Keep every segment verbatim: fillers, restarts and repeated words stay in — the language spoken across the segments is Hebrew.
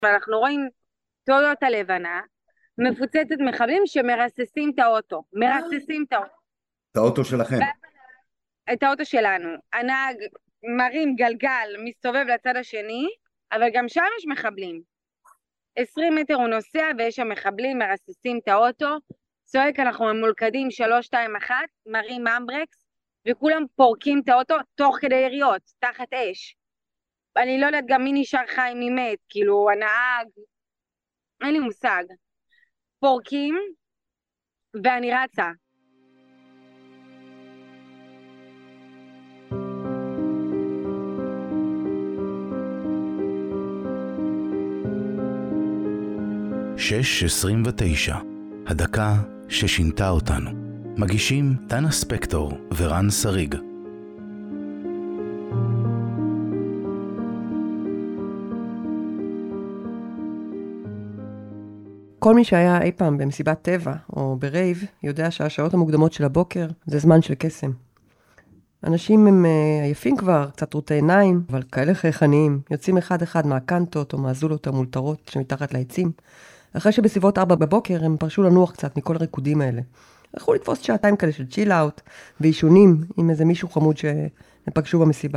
ואנחנו רואים טויוטה לבנה, מפוצצת מחבלים שמרססים את האוטו, מרססים את האוטו, את האוטו שלכם. את האוטו שלנו. הנהג מרים גלגל, מסתובב לצד השני, אבל גם שם יש מחבלים. עשרים מטר הוא נוסע ויש שם מחבלים, מרססים את האוטו, צועק, אנחנו ממולכדים שלוש, שתיים, אחת, מרים אמברקס, וכולם פורקים את האוטו תוך כדי יריות, תחת אש. אני לא יודעת גם מי נשאר חי מי מת, כאילו הנהג, אין לי מושג. פורקים, ואני רצה. שש עשרים ותשע, הדקה ששינתה אותנו. מגישים דנה ספקטור ורן שריג. כל מי שהיה אי פעם במסיבת טבע או ברייב יודע שהשעות המוקדמות של הבוקר זה זמן של קסם. אנשים הם עייפים כבר, קצת רוטי עיניים, אבל כאלה חייכניים, יוצאים אחד אחד מהקנטות או מהזולות המולטרות שמתחת לעצים. אחרי שבסביבות ארבע בבוקר הם פרשו לנוח קצת מכל הריקודים האלה. הלכו לתפוס שעתיים כאלה של צ'יל אאוט ואישונים עם איזה מישהו חמוד שהם פגשו במסיבה.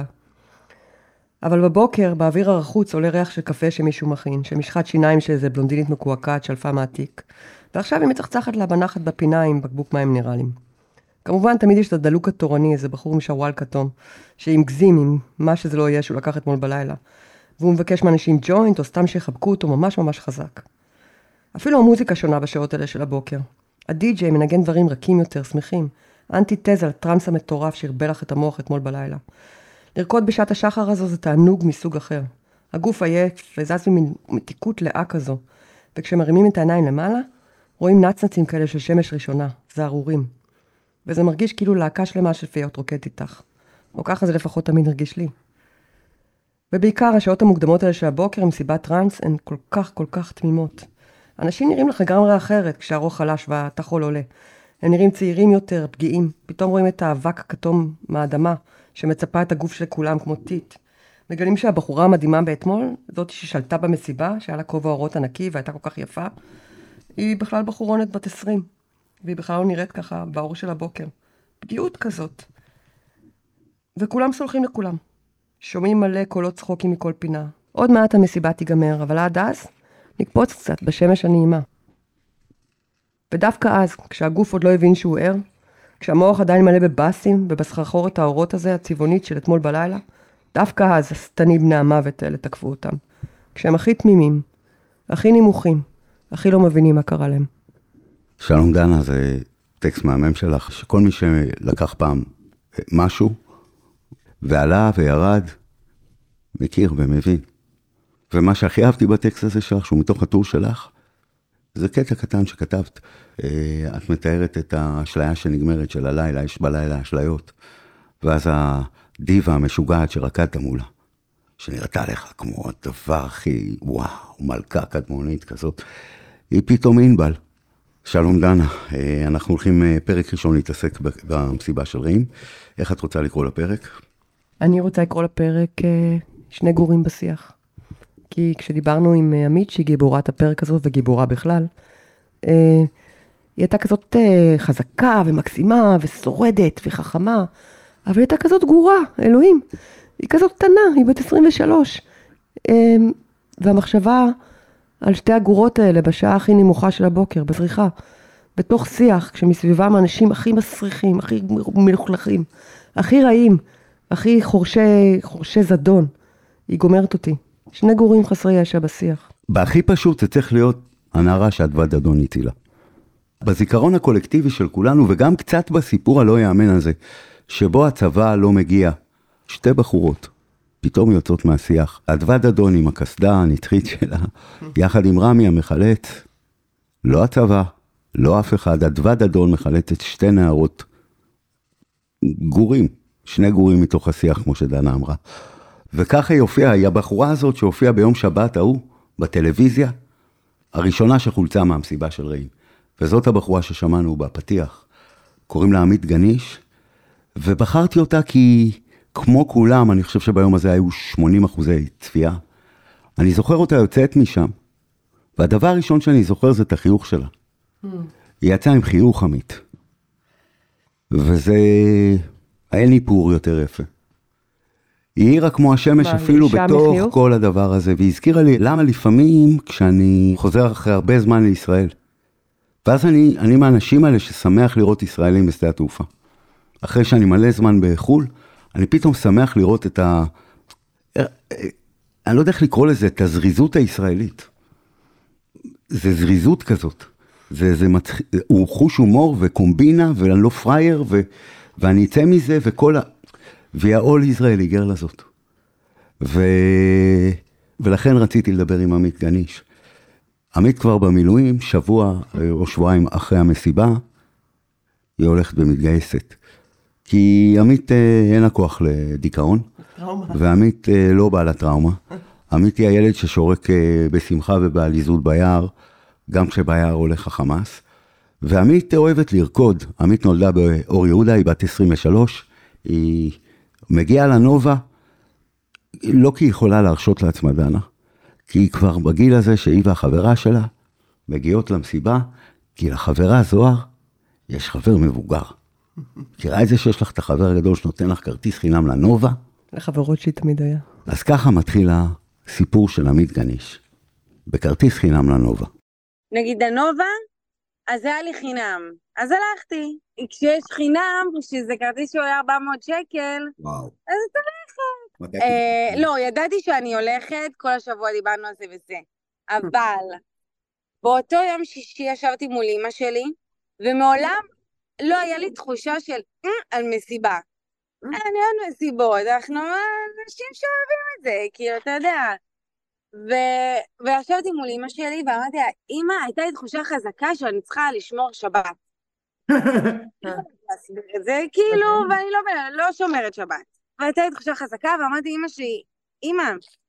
אבל בבוקר, באוויר הרחוץ, עולה ריח של קפה שמישהו מכין, שמשחת שיניים של איזה בלונדינית מקועקעת שלפה מעתיק, ועכשיו היא מצחצחת לה בנחת בפינה עם בקבוק מים נרלים. כמובן, תמיד יש את הדלוק התורני, איזה בחור משרוואל כתום, שהמגזים עם מה שזה לא יהיה שהוא לקח אתמול בלילה, והוא מבקש מאנשים ג'וינט או סתם שיחבקו אותו ממש ממש חזק. אפילו המוזיקה שונה בשעות האלה של הבוקר. הדי-ג'יי מנגן דברים רכים יותר, שמחים, אנטי-תזה לטרנס המטורף שהרבה לך את המוח אתמול בלילה. לרקוד בשעת השחר הזו זה תענוג מסוג אחר. הגוף עייף וזז ממתיקות לאה כזו, וכשמרימים את העיניים למעלה, רואים נצנצים כאלה של שמש ראשונה, זערורים. וזה מרגיש כאילו להקה שלמה של פיות רוקדת איתך. או ככה זה לפחות תמיד הרגיש לי. ובעיקר השעות המוקדמות האלה של הבוקר עם סיבת טרנס הן כל כך כל כך תמימות. אנשים נראים לך לגמרי אחרת כשהרוח חלש והתחול עולה. הם נראים צעירים יותר, פגיעים. פתאום רואים את האבק הכתום מהאדמה שמצפה את הגוף של כולם כמו טיט. מגלים שהבחורה המדהימה באתמול, זאת ששלטה במסיבה, שהיה לה כובע אורות ענקי והייתה כל כך יפה, היא בכלל בחורונת בת עשרים. והיא בכלל לא נראית ככה באור של הבוקר. פגיעות כזאת. וכולם סולחים לכולם. שומעים מלא קולות צחוקים מכל פינה. עוד מעט המסיבה תיגמר, אבל עד אז נקפוץ קצת בשמש הנעימה. ודווקא אז, כשהגוף עוד לא הבין שהוא ער, כשהמוח עדיין מלא בבאסים ובסחרחורת האורות הזה, הצבעונית של אתמול בלילה, דווקא אז השטנים בני המוות האלה תקפו אותם. כשהם הכי תמימים, הכי נמוכים, הכי לא מבינים מה קרה להם. שלום דנה, זה טקסט מהמם שלך, שכל מי שלקח פעם משהו, ועלה וירד, מכיר ומבין. ומה שהכי אהבתי בטקסט הזה שלך, שהוא מתוך הטור שלך, זה קטע קטן שכתבת. את מתארת את האשליה שנגמרת של הלילה, יש בלילה אשליות. ואז הדיבה המשוגעת שרקדת מולה, שנראתה לך כמו הדבר הכי, וואו, מלכה קדמונית כזאת, היא פתאום אינבל. שלום דנה, אנחנו הולכים פרק ראשון להתעסק במסיבה של רעים. איך את רוצה לקרוא לפרק? אני רוצה לקרוא לפרק שני גורים בשיח. כי כשדיברנו עם עמית, שהיא גיבורת הפרק הזאת וגיבורה בכלל, היא הייתה כזאת חזקה ומקסימה ושורדת וחכמה, אבל היא הייתה כזאת גורה, אלוהים. היא כזאת קטנה, היא בת עשרים ושלוש. והמחשבה על שתי הגורות האלה בשעה הכי נמוכה של הבוקר, בזריחה, בתוך שיח, כשמסביבם האנשים הכי מסריחים, הכי מלוכלכים, הכי רעים, הכי חורשי, חורשי זדון, היא גומרת אותי. שני גורים חסרי ישע בשיח. בהכי פשוט זה צריך להיות הנערה שאדוה דדון הצילה. בזיכרון הקולקטיבי של כולנו, וגם קצת בסיפור הלא יאמן הזה, שבו הצבא לא מגיע, שתי בחורות, פתאום יוצאות מהשיח. אדוה דדון עם הקסדה הנצחית שלה, יחד עם רמי המחלט, לא הצבא, לא אף אחד, אדוה דדון מחלטת שתי נערות, גורים, שני גורים מתוך השיח, כמו שדנה אמרה. וככה היא הופיעה, היא הבחורה הזאת שהופיעה ביום שבת ההוא, בטלוויזיה, הראשונה שחולצה מהמסיבה של רעים. וזאת הבחורה ששמענו בפתיח, קוראים לה עמית גניש, ובחרתי אותה כי כמו כולם, אני חושב שביום הזה היו שמונים אחוזי צפייה, אני זוכר אותה יוצאת משם, והדבר הראשון שאני זוכר זה את החיוך שלה. Mm. היא יצאה עם חיוך עמית. וזה, אין איפור יותר יפה. היא העירה כמו השמש אפילו בתוך מחיוך? כל הדבר הזה, והיא הזכירה לי למה לפעמים כשאני חוזר אחרי הרבה זמן לישראל, ואז אני, אני מהאנשים האלה ששמח לראות ישראלים בשדה התעופה. אחרי שאני מלא זמן בחול, אני פתאום שמח לראות את ה... אני לא יודע איך לקרוא לזה, את הזריזות הישראלית. זה זריזות כזאת. זה, זה מצח... הוא חוש הומור וקומבינה, ואני לא פרייר, ו... ואני אצא מזה, וכל ה... והעול ישראל היגר לזאת. ו... ולכן רציתי לדבר עם עמית גניש. עמית כבר במילואים, שבוע או שבועיים אחרי המסיבה, היא הולכת ומתגייסת. כי עמית אין לה כוח לדיכאון, ועמית לא בא לטראומה. עמית היא הילד ששורק בשמחה ובעליזות ביער, גם כשביער הולך החמאס. ועמית אוהבת לרקוד. עמית נולדה באור יהודה, היא בת עשרים ושלוש, היא מגיעה לנובה, לא כי היא יכולה להרשות לעצמה דנה, כי היא כבר בגיל הזה שהיא והחברה שלה מגיעות למסיבה, כי לחברה זוהר יש חבר מבוגר. תראה את זה שיש לך את החבר הגדול שנותן לך כרטיס חינם לנובה. לחברות שהיא תמיד היה. אז ככה מתחיל הסיפור של עמית גניש, בכרטיס חינם לנובה. נגיד הנובה, אז זה היה לי חינם, אז הלכתי. כשיש חינם, שזה כרטיס שעולה ארבע מאות שקל, וואו. אז אתה הולכת. אה, לא, ידעתי שאני הולכת, כל השבוע דיברנו על זה וזה. אבל, באותו יום שישי ישבתי מול אמא שלי, ומעולם לא היה לי תחושה של על מסיבה. אני עוד מסיבות, אנחנו אנשים שאוהבים את זה, כאילו, אתה יודע. ו- וישבתי מול אמא שלי, ואמרתי לה, אמא, הייתה לי תחושה חזקה שאני צריכה לשמור שבת. זה כאילו, ואני לא, לא שומרת שבת. והייתה לי תחושה חזקה, ואמרתי אמא שלי, אמא,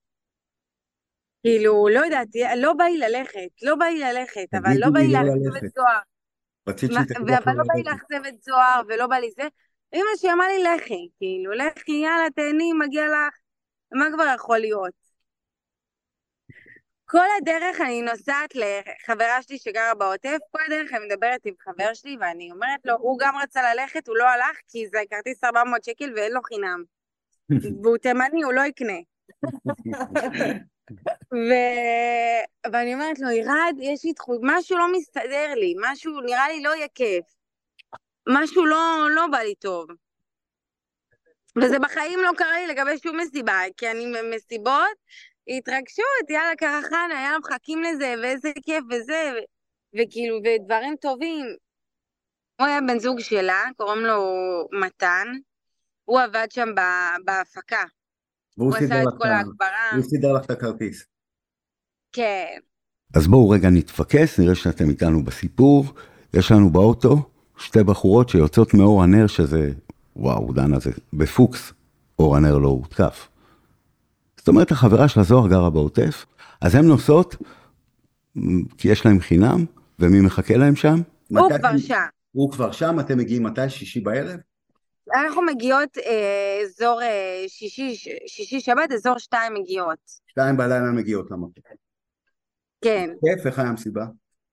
כאילו, לא יודעת, לא בא לי ללכת, לא בא לי ללכת, אבל לא בא לי לאכזב את זוהר. אבל לא בא לי לאכזב את זוהר, ולא בא לי זה. אמא שלי אמרה לי, לכי, כאילו, לכי, יאללה, תהני, מגיע לך, מה כבר יכול להיות? כל הדרך אני נוסעת לחברה שלי שגרה בעוטף, כל הדרך אני מדברת עם חבר שלי, ואני אומרת לו, הוא גם רצה ללכת, הוא לא הלך, כי זה כרטיס ארבע מאות שקל ואין לו חינם. והוא תימני, הוא לא יקנה. ו... ואני אומרת לו, ירד, יש לי תחוש, משהו לא מסתדר לי, משהו נראה לי לא יהיה כיף. משהו לא, לא בא לי טוב. וזה בחיים לא קרה לי לגבי שום מסיבה, כי אני מסיבות, התרגשות, יאללה קרחן, היה מחכים לזה, ואיזה כיף וזה, ו- וכאילו, ודברים טובים. הוא היה בן זוג שלה, קוראים לו מתן, הוא עבד שם בהפקה. הוא עשה את כל ההגברה. הוא סידר לך את הכרטיס. כן. אז בואו רגע נתפקס, נראה שאתם איתנו בסיפור. יש לנו באוטו שתי בחורות שיוצאות מאור הנר, שזה, וואו, דנה, זה בפוקס, אור הנר לא הותקף. זאת אומרת, החברה של הזוהר גרה בעוטף, אז הן נוסעות, כי יש להם חינם, ומי מחכה להם שם? הוא כבר שם. הוא כבר שם, אתם מגיעים מתי? שישי בערב? אנחנו מגיעות אה, אזור אה, שישי, שישי שבת, אזור שתיים מגיעות. שתיים בלילה מגיעות למקום. כן. כיף, איך היה המסיבה?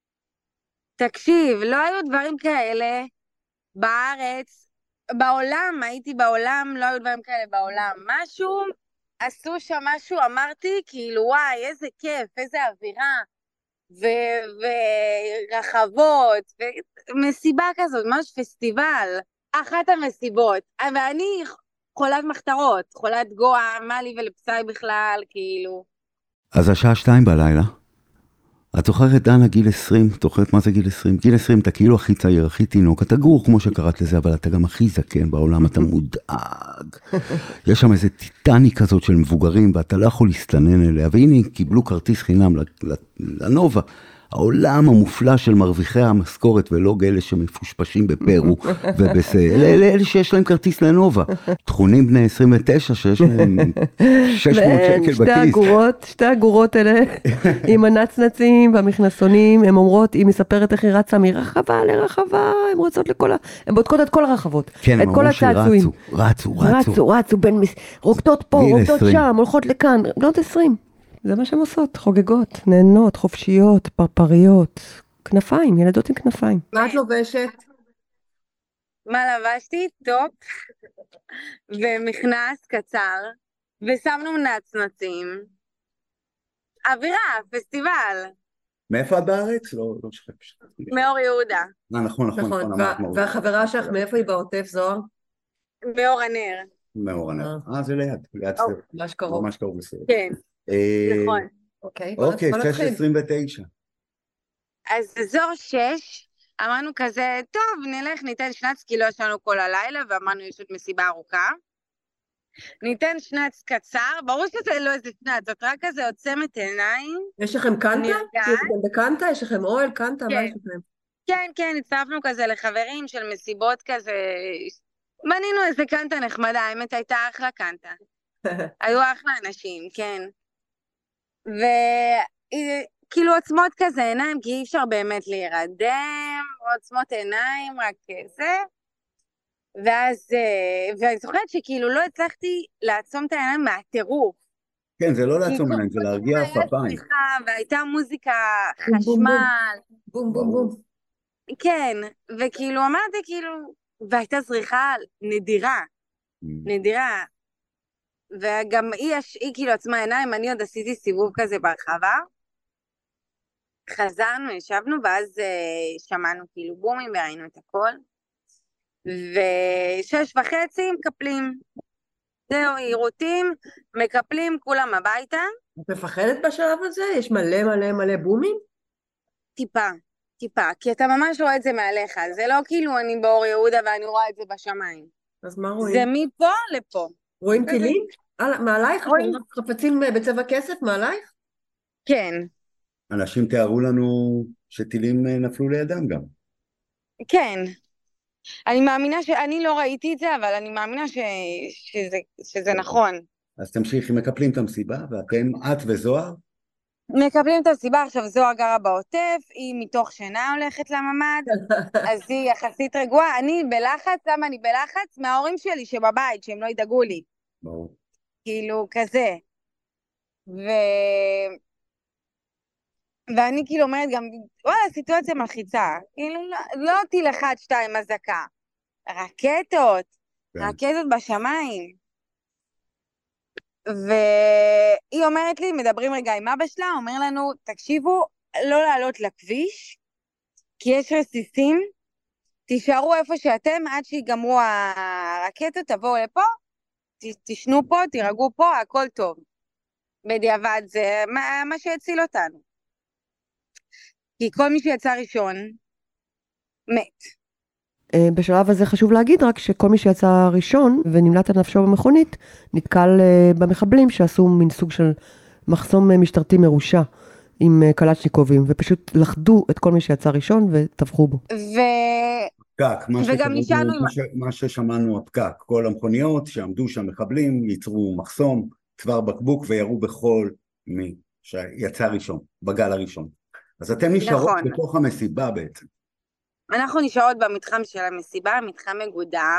תקשיב, לא היו דברים כאלה בארץ, בעולם, הייתי בעולם, לא היו דברים כאלה בעולם. משהו, עשו שם משהו, אמרתי, כאילו, וואי, איזה כיף, איזה אווירה, ו- ורחבות, ומסיבה כזאת, ממש פסטיבל. אחת המסיבות, ואני חולת מחתרות, חולת גואה, מה לי ולפסאי בכלל, כאילו. אז השעה שתיים בלילה, את זוכרת דנה גיל עשרים, את זוכרת מה זה גיל עשרים? גיל עשרים אתה כאילו הכי צעיר, הכי תינוק, אתה גור כמו שקראת לזה, אבל אתה גם הכי זקן בעולם, אתה מודאג. יש שם איזה טיטני כזאת של מבוגרים, ואתה לא יכול להסתנן אליה, והנה קיבלו כרטיס חינם לנובה, העולם המופלא של מרוויחי המשכורת, ולא אלה שמפושפשים בפרו ובסה, אלה, אלה שיש להם כרטיס לנובה, תכונים בני עשרים ותשע שיש להם שש מאות שקל שתי בכיס. הגורות, שתי הגורות האלה, עם הנצנצים והמכנסונים, הן אומרות, היא מספרת איך היא רצה מרחבה לרחבה, הן רוצות לכל, הן בודקות את כל הרחבות, כן, את כל הצעצועים. רצו, רצו, רצו, רצו, בין מס... רוקדות פה, רוקדות שם, הולכות לכאן, בנות עשרים. זה מה שהן עושות, חוגגות, נהנות, חופשיות, פרפריות, כנפיים, ילדות עם כנפיים. מה את לובשת? מה לבשתי? טופ ומכנס קצר, ושמנו נצנצים. אווירה, פסטיבל, מאיפה את בארץ? לא, לא שכח. מאור יהודה, אה, נכון, נכון, נכון, נכון, וה- אמרת מאור. והחברה שלך מאיפה היא בעוטף, זוהר? מאור הנר. מאור הנר. אה, זה ליד, ליד או, סרט. ממש קרוב. ממש קרוב לסרט. כן, אה, נכון. אוקיי, בוא אוקיי, בוא שש נתחיל. עשרים ותשע. אז אזור שש, אמרנו כזה, טוב, נלך, ניתן שנץ, כי לא ישנו כל הלילה, ואמרנו, יש עוד מסיבה ארוכה. ניתן שנץ קצר, ברור שזה לא איזה שנץ, זאת רק כזה עוצמת עיניים. יש לכם קנטה? נרגעת. יש לכם בקנטה? יש לכם אוהל, קנטה? מה כן. יש לכם? כן, כן, הצטרפנו כזה לחברים של מסיבות כזה, מנינו איזה קנטה נחמדה, האמת הייתה אחלה קנטה. היו אחלה אנשים, כן. וכאילו עוצמות כזה עיניים, כי אי אפשר באמת להירדם, עוצמות עיניים, רק זה. ואז, אה, ואני זוכרת שכאילו לא הצלחתי לעצום את העיניים מהטירוף. כן, זה לא כי לעצום כל עיניים, זה הזמן להרגיע היה עפעפיים. צריכה, והייתה מוזיקה, בום, בום, בום. חשמל, בום בום בום. כן, וכאילו אמרתי כאילו, והייתה זריחה נדירה, נדירה, וגם היא, יש- היא כאילו עצמה עיניים, אני עוד עשיתי סיבוב כזה ברחבה, חזרנו, ישבנו, ואז אה, שמענו כאילו בומים וראינו את הכל, ושש וחצי מקפלים, זהו, עירותים, מקפלים כולם הביתה, את מפחדת בשלב הזה? יש מלא מלא מלא בומים? טיפה, טיפה, כי אתה ממש רואה את זה מעליך, זה לא כאילו אני באור יהודה ואני רואה את זה בשמיים, אז מה זה רואים? מפה לפה. רואים כזה. טילים? הלאה, מעלייך? רואים. חפצים בצבע כסף מעלייך? כן, אנשים תיארו לנו שטילים אה, נפלו לידם גם. כן. אני מאמינה שאני לא ראיתי את זה, אבל אני מאמינה ש... שזה, שזה נכון. אז תמשיכי, מקפלים את המסיבה, ואתם, את וזוהר, מקבלים את הסיבה, עכשיו זוהר גרה בעוטף, היא מתוך שינה הולכת לממ"ד, אז היא יחסית רגועה, אני בלחץ, למה אני בלחץ? מההורים שלי שבבית, שהם לא ידאגו לי, ברור. כאילו כזה. ו... ואני כאילו אומרת גם, וואלה, סיטואציה מלחיצה, כאילו לא, לא טיל אחד, שתיים, אזעקה, רקטות, כן. רקטות בשמיים. והיא אומרת לי, מדברים רגע עם אבא שלה, אומר לנו, תקשיבו, לא לעלות לכביש, כי יש רסיסים, תישארו איפה שאתם עד שיגמרו הרקטות, תבואו לפה, ת- תשנו פה, תירגעו פה, הכל טוב. בדיעבד זה מה, מה שהציל אותנו. כי כל מי שיצא ראשון, מת. אה, בשלב הזה חשוב להגיד רק שכל מי שיצא ראשון ונמלט על נפשו במכונית, נתקל אה, במחבלים שעשו מין סוג של מחסום אה, משטרתי מרושע עם אה, קלצ'ניקובים, ופשוט לחדו את כל מי שיצא ראשון וטבחו בו. ו... פקק, מה וגם שקראנו, נשארנו עם... מה, ש, מה ששמענו הפקק, כל המכוניות שעמדו שם מחבלים, ייצרו מחסום, צוואר בקבוק וירו בכל מי שיצא ראשון, בגל הראשון. אז אתם נשארות נכון. בתוך המסיבה בעצם. אנחנו נשארות במתחם של המסיבה, מתחם מגודר,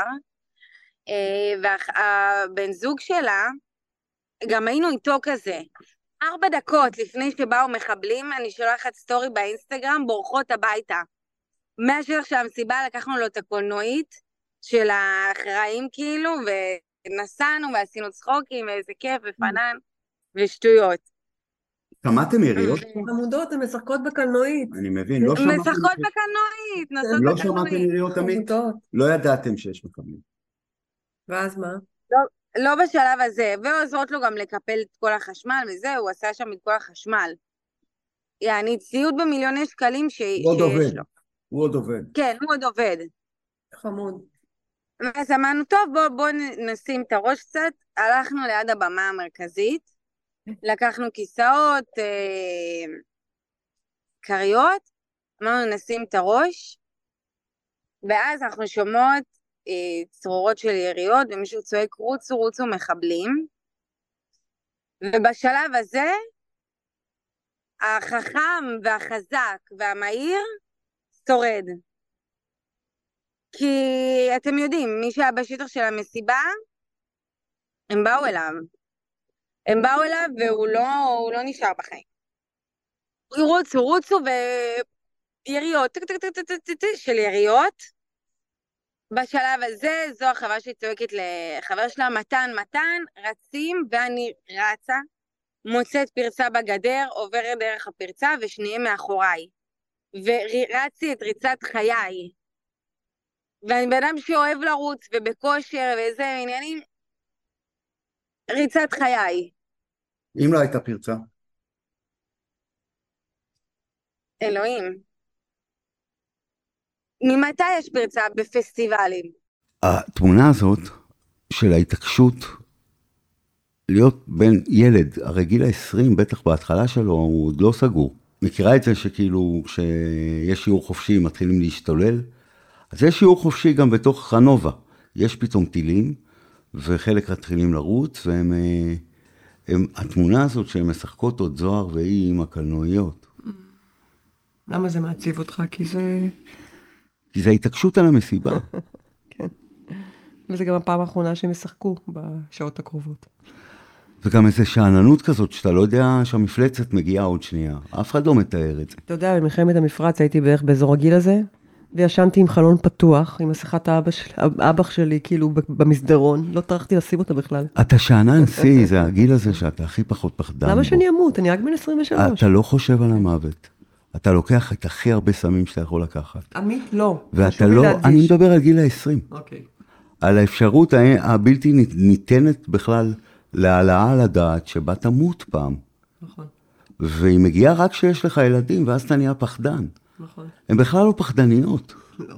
והבן זוג שלה, גם היינו איתו כזה, ארבע דקות לפני שבאו מחבלים, אני שולחת סטורי באינסטגרם, בורחות הביתה. מהשטח של המסיבה לקחנו לו את הקולנועית של האחראים כאילו, ונסענו ועשינו צחוקים, ואיזה כיף ופנן ושטויות. שמעתם יריות? חמודות, הן משחקות בקלנועית. אני מבין, לא שמעתם... משחקות בקלנועית, נוסעות לא בקלנועית. שמעתם יריות תמיד? חמודות. לא ידעתם שיש מחבלים. ואז מה? לא בשלב הזה, ועוזרות לו גם לקפל את כל החשמל, וזהו, הוא עשה שם את כל החשמל. יעני, ציוד במיליוני שקלים ש... הוא עוד שיש עובד. לו. הוא עוד עובד. כן, הוא עוד עובד. חמוד. ואז אמרנו, טוב, בוא, בוא נשים את הראש קצת, הלכנו ליד הבמה המרכזית, לקחנו כיסאות, אה, קריות, אמרנו נשים את הראש, ואז אנחנו שומעות אה, צרורות של יריות, ומישהו צועק רוצו רוצו מחבלים, ובשלב הזה, החכם והחזק והמהיר שורד. כי אתם יודעים, מי שהיה בשטח של המסיבה, הם באו אליו. הם באו אליו והוא לא, הוא לא נשאר בחיים. רוצו, רוצו ויריות, טק, טק, טק, טק, טק, טק, של יריות. בשלב הזה, זו החברה שלי צועקת לחבר שלה, מתן, מתן, רצים, ואני רצה, מוצאת פרצה בגדר, עוברת דרך הפרצה, ושניהם מאחוריי. ורצתי את ריצת חיי. ואני בן אדם שאוהב לרוץ, ובכושר, ואיזה עניינים, ריצת חיי. אם לא הייתה פרצה. אלוהים. ממתי יש פרצה בפסטיבלים? התמונה הזאת של ההתעקשות להיות בין ילד, הרי גיל ה-עשרים, בטח בהתחלה שלו, הוא עוד לא סגור. מכירה את זה שכאילו, כשיש שיעור חופשי, מתחילים להשתולל? אז יש שיעור חופשי גם בתוך חנובה. יש פתאום טילים, וחלק מתחילים לרוץ, והם... הם, התמונה הזאת שהן משחקות עוד זוהר והיא עם הקלנועיות. למה זה מעציב אותך? כי זה... כי זה התעקשות על המסיבה. כן. וזה גם הפעם האחרונה שהם ישחקו בשעות הקרובות. וגם איזו שעננות כזאת, שאתה לא יודע שהמפלצת מגיעה עוד שנייה. אף אחד לא מתאר את זה. אתה יודע, במלחמת המפרץ הייתי בערך באזור הגיל הזה, וישנתי עם חלון פתוח, עם מסכת האבא של... האבא שלי, כאילו, במסדרון. לא טרחתי לשים אותה בכלל. אתה שענן סי, זה הגיל הזה שאתה הכי פחות פחדן. למה שאני אמות? אני רק בן עשרים ושלוש. אתה לא חושב על המוות. אתה לוקח את הכי הרבה סמים שאתה יכול לקחת. עמית, לא. ואתה לא... אני מדבר על גיל ה-עשרים. אוקיי. על האפשרות הבלתי ניתנת בכלל להעלאה על הדעת שבה תמות פעם. נכון. והיא מגיעה רק כשיש לך ילדים, ואז אתה נהיה פחדן. נכון. הן בכלל לא פחדניות. לא.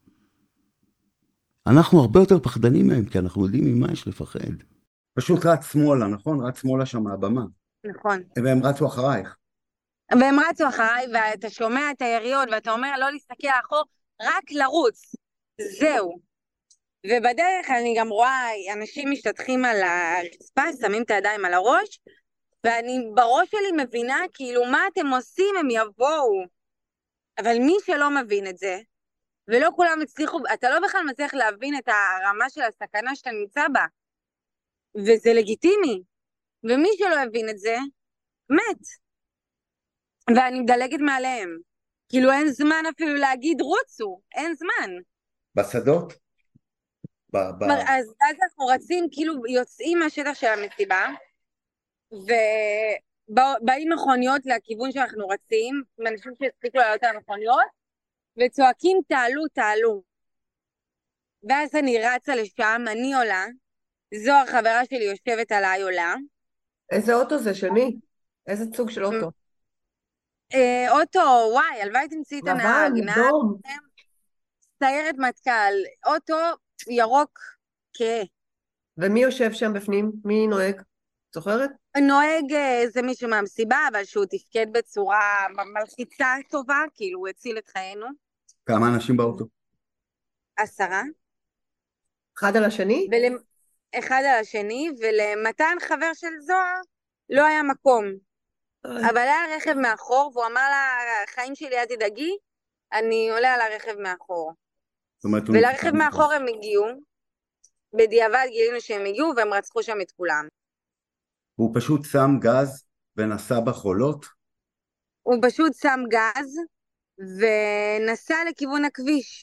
אנחנו הרבה יותר פחדנים מהם, כי אנחנו יודעים ממה יש לפחד. פשוט רץ שמאלה, נכון? רץ שמאלה שם מהבמה. נכון. והם רצו אחרייך. והם רצו אחריי, ואתה שומע את היריות, ואתה אומר, לא להסתכל לאחור, רק לרוץ. זהו. ובדרך אני גם רואה אנשים משתתחים על הרצפה, שמים את הידיים על הראש, ואני בראש שלי מבינה, כאילו, מה אתם עושים, הם יבואו. אבל מי שלא מבין את זה, ולא כולם הצליחו, אתה לא בכלל מצליח להבין את הרמה של הסכנה שאתה נמצא בה. וזה לגיטימי. ומי שלא הבין את זה, מת. ואני מדלגת מעליהם. כאילו אין זמן אפילו להגיד רוצו, אין זמן. בשדות? ב- ב- אז, אז אנחנו רצים, כאילו יוצאים מהשטח של המסיבה, ובאים מכוניות לכיוון שאנחנו רצים, אנשים שהספיקו לעלות על המכוניות, וצועקים תעלו, תעלו. ואז אני רצה לשם, אני עולה, זו החברה שלי יושבת עליי עולה. איזה אוטו זה, שני? איזה סוג של אוטו? אה, אוטו, וואי, הלוואי תמציא את הנהג. לבן, נהג, אדום. סיירת מטכ"ל, אוטו ירוק כהה. ומי יושב שם בפנים? מי נוהג? זוכרת? נוהג איזה מישהו מהמסיבה, אבל שהוא תפקד בצורה מלחיצה טובה, כאילו הוא הציל את חיינו. כמה אנשים באוטו? עשרה. אחד על השני? ול... אחד על השני, ולמתן חבר של זוהר לא היה מקום. אבל היה רכב מאחור, והוא אמר לה, חיים שלי, אל תדאגי, אני עולה על הרכב מאחור. זאת אומרת, הוא ולרכב נפגע. מאחור הם הגיעו, בדיעבד גילינו שהם הגיעו, והם רצחו שם את כולם. הוא פשוט שם גז ונסע בחולות. הוא פשוט שם גז, ונסע לכיוון הכביש.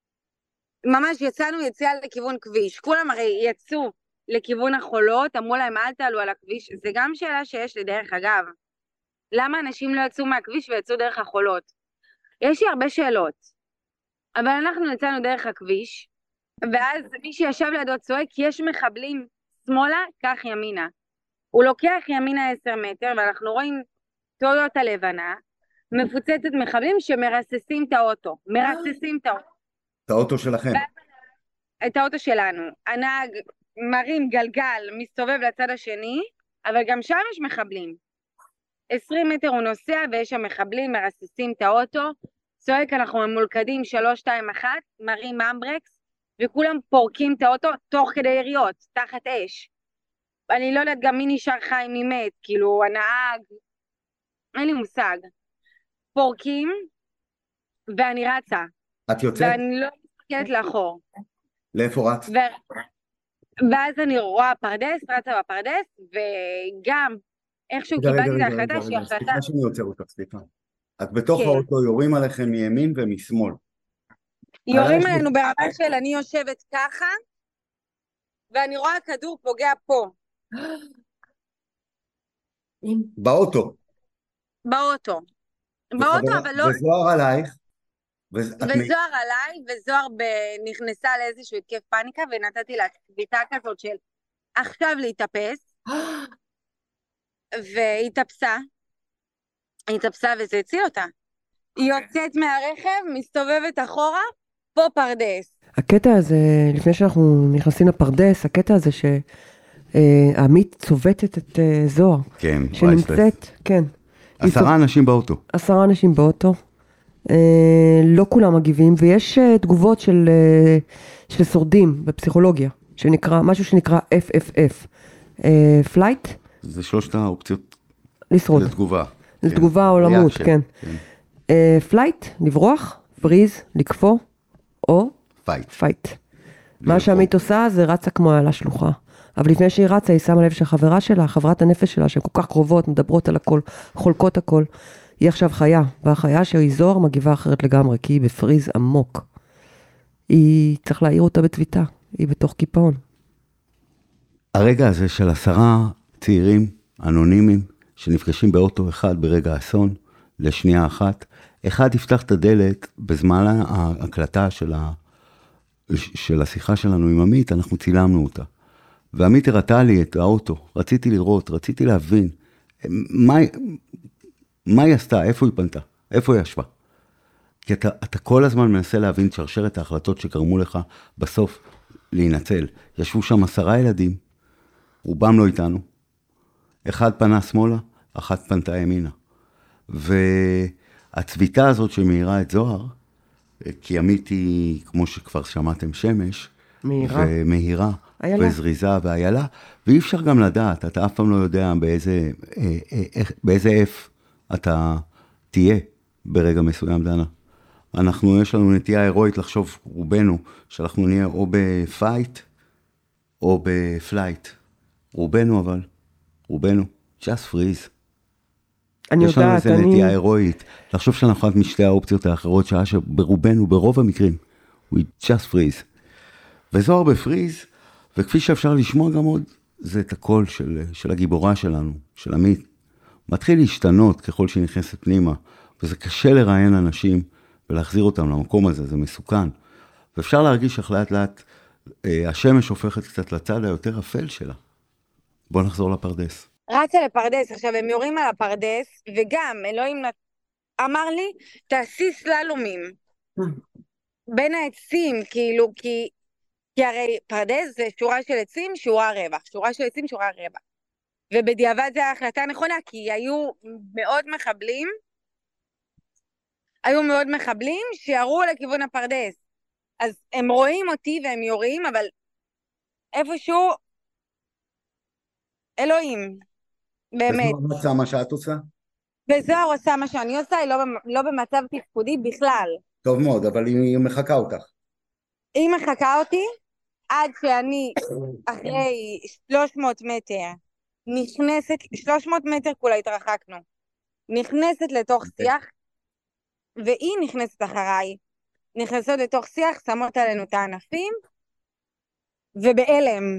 ממש יצאנו יציאה לכיוון כביש. כולם הרי יצאו לכיוון החולות, אמרו להם אל תעלו על הכביש. זה גם שאלה שיש לי דרך אגב. למה אנשים לא יצאו מהכביש ויצאו דרך החולות? יש לי הרבה שאלות. אבל אנחנו יצאנו דרך הכביש, ואז מי שישב לידו צועק, יש מחבלים שמאלה, כך ימינה. הוא לוקח ימינה עשר מטר, ואנחנו רואים טויוטה לבנה, מפוצצת מחבלים שמרססים את האוטו. מרססים את האוטו. את האוטו שלכם. את האוטו שלנו. הנהג מרים גלגל, מסתובב לצד השני, אבל גם שם יש מחבלים. עשרים מטר הוא נוסע, ויש שם מחבלים, מרססים את האוטו, צועק, אנחנו ממולכדים, שלוש, שתיים, אחת, מרים אמברקס, וכולם פורקים את האוטו תוך כדי יריות, תחת אש. אני לא יודעת גם מי נשאר חי ממת, כאילו הנהג, אין לי מושג. פורקים, ואני רצה. את יוצאת? ואני לא מסתכלת לאחור. לאיפה רצת? ו... ואז אני רואה פרדס, רצה בפרדס, וגם איכשהו רגע, רגע, קיבלתי את רגע, ההחלטה רגע, שהיא רגע, החלטה, סליחה שאני עוצר אותך, סליחה. את בתוך כן, האוטו, יורים עליכם מימין ומשמאל. יורים עלייך עלינו ברמה של אני יושבת ככה, ואני רואה כדור פוגע פה, באוטו. באוטו. באוטו, וחברה- אבל לא, וזוהר עלייך, ואת מ- וזוהר עליי, וזוהר ב- נכנסה לאיזשהו התקף פאניקה, ונתתי לה קביטה כזאת של עכשיו להתאפס, והיא התאפסה, היא התאפסה וזה הציל אותה. היא יוצאת מהרכב, מסתובבת אחורה, פה פרדס. הקטע הזה, לפני שאנחנו נכנסים לפרדס, הקטע הזה שעמית צובטת את אה, זוהר, כן, שנמצאת, כן. היא צוב- עשרה אנשים באוטו. עשרה אנשים באוטו, אה, לא כולם מגיבים, ויש אה, תגובות של, אה, של שורדים בפסיכולוגיה, שנקרא, משהו שנקרא אף אף אף, אה, פלייט, זה שלושת האופציות לשרוד. לתגובה. זה כן. תגובה או למות, reaction, כן. אה, פלייט, לברוח, פריז, לקפוא, או פייט. פייט. מה שעמית עושה זה רצה כמו העלה שלוחה. אבל לפני שהיא רצה, היא שמה לב שהחברה שלה, חברת הנפש שלה, שהן כל כך קרובות, מדברות על הכל, חולקות הכל, היא עכשיו חיה, והחיה שהיא זוהר מגיבה אחרת לגמרי, כי היא בפריז עמוק. היא צריך להעיר אותה בצביטה, היא בתוך קיפאון. הרגע הזה של עשרה צעירים אנונימיים שנפגשים באוטו אחד ברגע אסון לשנייה אחת, אחד יפתח את הדלת בזמן ההקלטה של, ה... של השיחה שלנו עם עמית, אנחנו צילמנו אותה. ועמית הראתה לי את האוטו, רציתי לראות, רציתי להבין מה, מה היא עשתה, איפה היא פנתה, איפה היא ישבה. כי אתה, אתה כל הזמן מנסה להבין שרשרת ההחלטות שגרמו לך בסוף להינצל. ישבו שם עשרה ילדים, רובם לא איתנו. אחד פנה שמאלה, אחת פנתה ימינה. והצביטה הזאת שמאירה את זוהר, כי עמית היא, כמו שכבר שמעתם, שמש, מהירה. ומהירה, איילה. וזריזה ואיילה, ואי אפשר גם לדעת, אתה אף פעם לא יודע באיזה, אה, אה, איך, באיזה איף אתה תהיה ברגע מסוים, דנה. אנחנו, יש לנו נטייה הירואית לחשוב, רובנו, שאנחנו נהיה או בפייט, או בפלייט. רובנו אבל, רובנו, just freeze. אני יש לנו יודעת, איזה אני... נטייה הירואית, לחשוב שאנחנו רק משתי האופציות האחרות, שעה שברובנו, ברוב המקרים, we just freeze. וזוהר בפריז, וכפי שאפשר לשמוע גם עוד, זה את הקול של, של הגיבורה שלנו, של עמית. מתחיל להשתנות ככל שהיא נכנסת פנימה, וזה קשה לראיין אנשים ולהחזיר אותם למקום הזה, זה מסוכן. ואפשר להרגיש איך לאט לאט אה, השמש הופכת קצת לצד היותר אפל שלה. בוא נחזור לפרדס. רצה לפרדס, עכשיו הם יורים על הפרדס, וגם אלוהים אמר לי, תעשי סללומים בין העצים, כאילו, כי, כי הרי פרדס זה שורה של עצים, שורה רווח, שורה של עצים, שורה רווח. ובדיעבד זה ההחלטה הנכונה, כי היו מאוד מחבלים, היו מאוד מחבלים שירו לכיוון הפרדס. אז הם רואים אותי והם יורים, אבל איפשהו אלוהים, באמת. וזוהר מצא מה שאת עושה? וזוהר עושה מה שאני עושה, היא לא, לא במצב תפקודי בכלל. טוב מאוד, אבל היא מחכה אותך. היא מחכה אותי עד שאני אחרי שלוש מאות מטר נכנסת, שלוש מאות מטר כולה התרחקנו, נכנסת לתוך שיח, והיא נכנסת אחריי, נכנסות לתוך שיח, שמות עלינו את הענפים, ובאלם,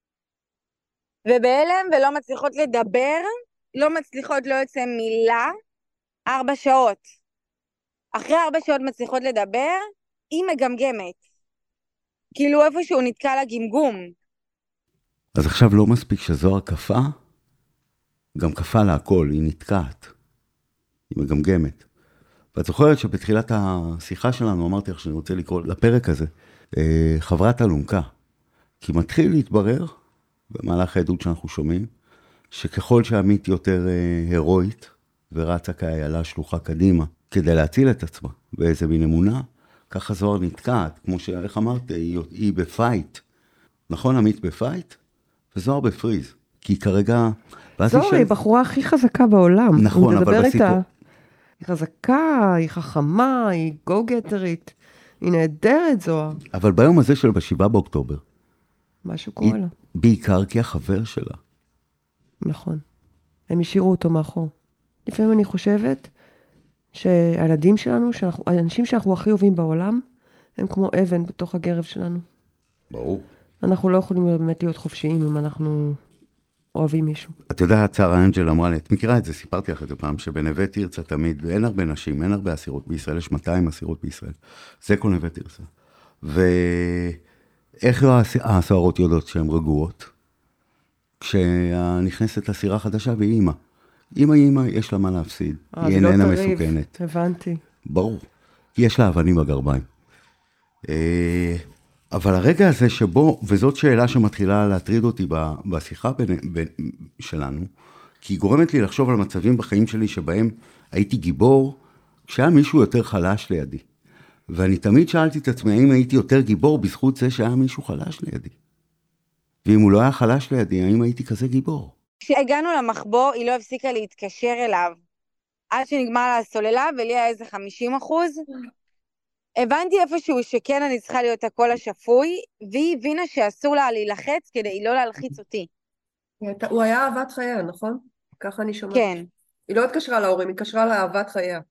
ובאלם ולא מצליחות לדבר, לא מצליחות לא יוצא מילה, ארבע שעות. אחרי ארבע שעות מצליחות לדבר, היא מגמגמת. כאילו איפשהו נתקע לה גמגום. אז עכשיו לא מספיק שזוהר קפה, גם קפה לה הכל, היא נתקעת. היא מגמגמת. ואת זוכרת שבתחילת השיחה שלנו אמרתי לך שאני רוצה לקרוא לפרק הזה, חברת אלונקה. כי מתחיל להתברר, במהלך העדות שאנחנו שומעים, שככל שעמית יותר הירואית, ורצה כאיילה שלוחה קדימה, כדי להציל את עצמה באיזה מין אמונה, ככה זוהר נתקעת, כמו שאיך אמרת, היא, היא בפייט. נכון, עמית בפייט? וזוהר בפריז. כי כרגע... זוהר היא בחורה הכי חזקה בעולם. נכון, אבל בסיפור... איתה, היא חזקה, היא חכמה, היא גו-גטרית, היא נהדרת זוהר. אבל ביום הזה של בשבעה באוקטובר, משהו קורה לה. בעיקר כי החבר שלה. נכון. הם השאירו אותו מאחור. לפעמים אני חושבת שהילדים שלנו, שאנחנו, האנשים שאנחנו הכי אוהבים בעולם, הם כמו אבן בתוך הגרב שלנו. ברור. אנחנו לא יכולים באמת להיות חופשיים אם אנחנו אוהבים מישהו. את יודעת, שרה אנג'ל אמרה לי, את מכירה את זה, סיפרתי לך את זה פעם, שבנווה תרצה תמיד, אין הרבה נשים, אין הרבה אסירות בישראל, יש מאתיים אסירות בישראל. זה כל נווה תרצה. ואיך הסוהרות יודעות שהן רגועות? כשנכנסת אסירה חדשה והיא אימא. אמא היא אימא, יש לה מה להפסיד. היא איננה מסוכנת. הבנתי. ברור. יש לה אבנים בגרביים. אבל הרגע הזה שבו, וזאת שאלה שמתחילה להטריד אותי בשיחה שלנו, כי היא גורמת לי לחשוב על מצבים בחיים שלי שבהם הייתי גיבור, כשהיה מישהו יותר חלש לידי. ואני תמיד שאלתי את עצמי, האם הייתי יותר גיבור בזכות זה שהיה מישהו חלש לידי? ואם הוא לא היה חלש לידי, האם הייתי כזה גיבור? כשהגענו למחבוא, היא לא הפסיקה להתקשר אליו, עד שנגמר לה הסוללה, ולי היה איזה חמישים אחוז. הבנתי איפשהו שכן אני צריכה להיות הקול השפוי, והיא הבינה שאסור לה להילחץ כדי לא להלחיץ אותי. הוא היה אהבת חייה, נכון? ככה אני שומעת. כן. היא לא התקשרה להורים, היא התקשרה לאהבת חייה.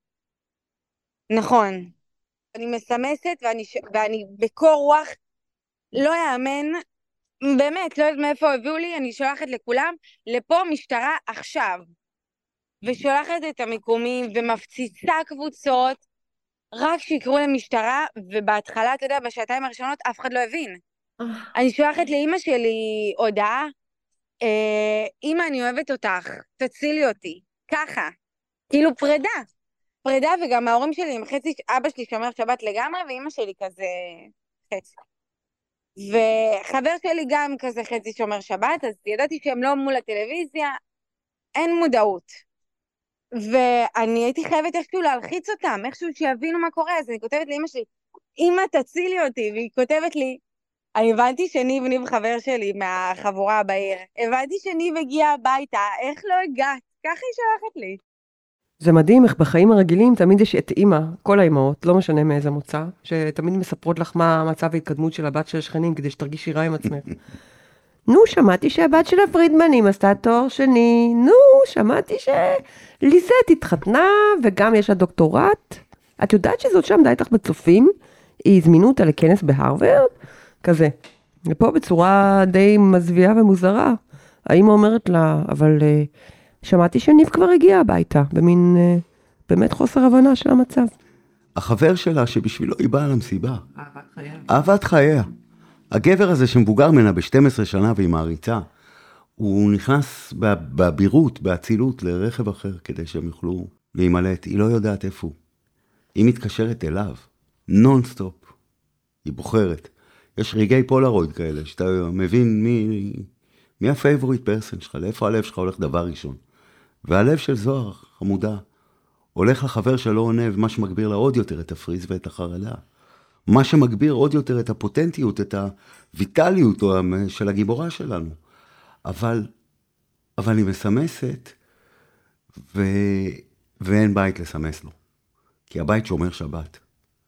נכון. אני מסמסת, ואני, ואני בקור רוח לא יאמן, באמת, לא יודעת מאיפה הביאו לי, אני שולחת לכולם, לפה משטרה עכשיו, ושולחת את המיקומים, ומפציצה קבוצות, רק שיקראו למשטרה, ובהתחלה, אתה יודע, בשעתיים הראשונות, אף אחד לא הבין. אני שולחת לאמא שלי הודעה, אה, אמא, אני אוהבת אותך, תצילי אותי, ככה, כאילו פרידה, פרידה, וגם ההורים שלי עם חצי, אבא שלי שומר שבת לגמרי, ואמא שלי כזה חצי. וחבר שלי גם כזה חצי שומר שבת, אז ידעתי שהם לא מול הטלוויזיה, אין מודעות. ואני הייתי חייבת איכשהו להלחיץ אותם, איכשהו שיבינו מה קורה, אז אני כותבת לאמא שלי, אמא תצילי אותי, והיא כותבת לי, אני הבנתי שניב, ניב חבר שלי מהחבורה בעיר, הבנתי שניב הגיע הביתה, איך לא הגעת? ככה היא שלחת לי. זה מדהים איך בחיים הרגילים תמיד יש את אמא, כל האמהות, לא משנה מאיזה מוצא, שתמיד מספרות לך מה המצב ההתקדמות של הבת של השכנים, כדי שתרגישי רע עם עצמך. נו, שמעתי שהבת של הפרידמנים עשתה תואר שני, נו, שמעתי שליזט התחתנה, וגם יש לה דוקטורט. את יודעת שזאת שם די איתך בצופים? היא הזמינו אותה לכנס בהרווארד? כזה. ופה בצורה די מזוויעה ומוזרה. האמא אומרת לה, אבל שמעתי שניב כבר הגיע הביתה, במין באמת חוסר הבנה של המצב. החבר שלה שבשבילו היא באה למסיבה. אהבת חייה. אהבת חייה. הגבר הזה שמבוגר ממנה ב-שתים עשרה שנה והיא מעריצה, הוא נכנס בבירות, בהצילות לרכב אחר כדי שהם יוכלו להימלט. היא לא יודעת איפה הוא. היא מתקשרת אליו, נונסטופ. היא בוחרת. יש רגעי פולרויד כאלה, שאתה מבין מי, מי הפייבוריט פרסן שלך, לאיפה הלב שלך הולך דבר ראשון. והלב של זוהר, חמודה, הולך לחבר שלא עונה, ומה שמגביר לה עוד יותר את הפריז ואת החרדה. מה שמגביר עוד יותר את הפוטנטיות, את הויטליות של הגיבורה שלנו. אבל, אבל היא מסמסת, ו... ואין בית לסמס לו. כי הבית שומר שבת.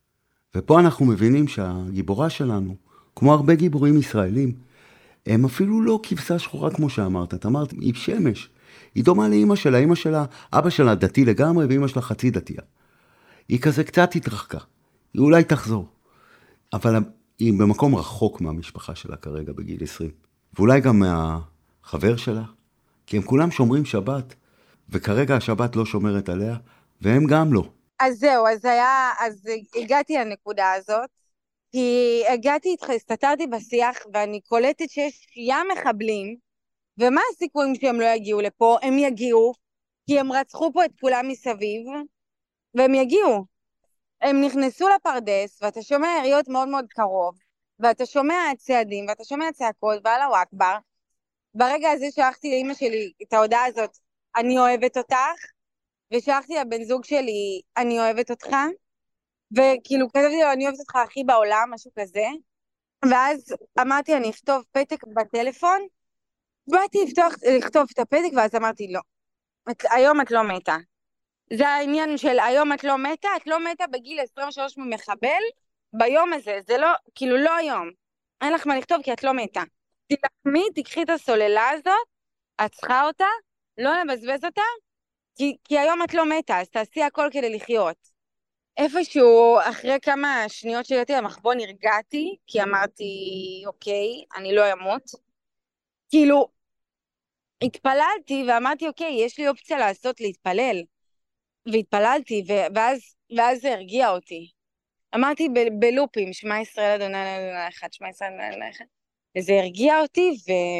ופה אנחנו מבינים שהגיבורה שלנו, כמו הרבה גיבורים ישראלים, הם אפילו לא כבשה שחורה כמו שאמרת. את אמרת, היא שמש. היא דומה לאמא שלה, אמא שלה, אבא שלה דתי לגמרי, ואמא שלה חצי דתייה. היא כזה קצת התרחקה. היא אולי תחזור. אבל היא במקום רחוק מהמשפחה שלה כרגע בגיל עשרים. ואולי גם מהחבר שלה. כי הם כולם שומרים שבת, וכרגע השבת לא שומרת עליה, והם גם לא. אז זהו, אז היה, אז הגעתי לנקודה הזאת, כי הגעתי, הסתתרתי בשיח, ואני קולטת שיש ים מחבלים, ומה הסיכויים שהם לא יגיעו לפה? הם יגיעו, כי הם רצחו פה את כולם מסביב, והם יגיעו. הם נכנסו לפרדס, ואתה שומע יריות מאוד מאוד קרוב, ואתה שומע צעדים, ואתה שומע צעקות, ואללה וואקבר. ברגע הזה שלחתי לאמא שלי את ההודעה הזאת, אני אוהבת אותך, ושלחתי לבן זוג שלי, אני אוהבת אותך, וכאילו כתבתי לו, אני אוהבת אותך הכי בעולם, משהו כזה, ואז אמרתי, אני אכתוב פתק בטלפון, באתי לפתוח, לכתוב את הפתק, ואז אמרתי, לא, את, היום את לא מתה. זה העניין של היום את לא מתה, את לא מתה בגיל עשרים ושלוש ממחבל, ביום הזה, זה לא, כאילו לא היום. אין לך מה לכתוב כי את לא מתה. תלחמי, תקחי את הסוללה הזאת, את צריכה אותה, לא לבזבז אותה, כי, כי היום את לא מתה, אז תעשי הכל כדי לחיות. איפשהו, אחרי כמה שניות שהגעתי למחבוא, נרגעתי, כי אמרתי, אוקיי, אני לא אמות. כאילו, התפללתי ואמרתי, אוקיי, יש לי אופציה לעשות להתפלל. והתפללתי, ו- ואז, ואז זה הרגיע אותי. אמרתי ב- בלופים, שמע ישראל אדוני אדוני אחד, שמע ישראל אדוני אדוני אחד. וזה הרגיע אותי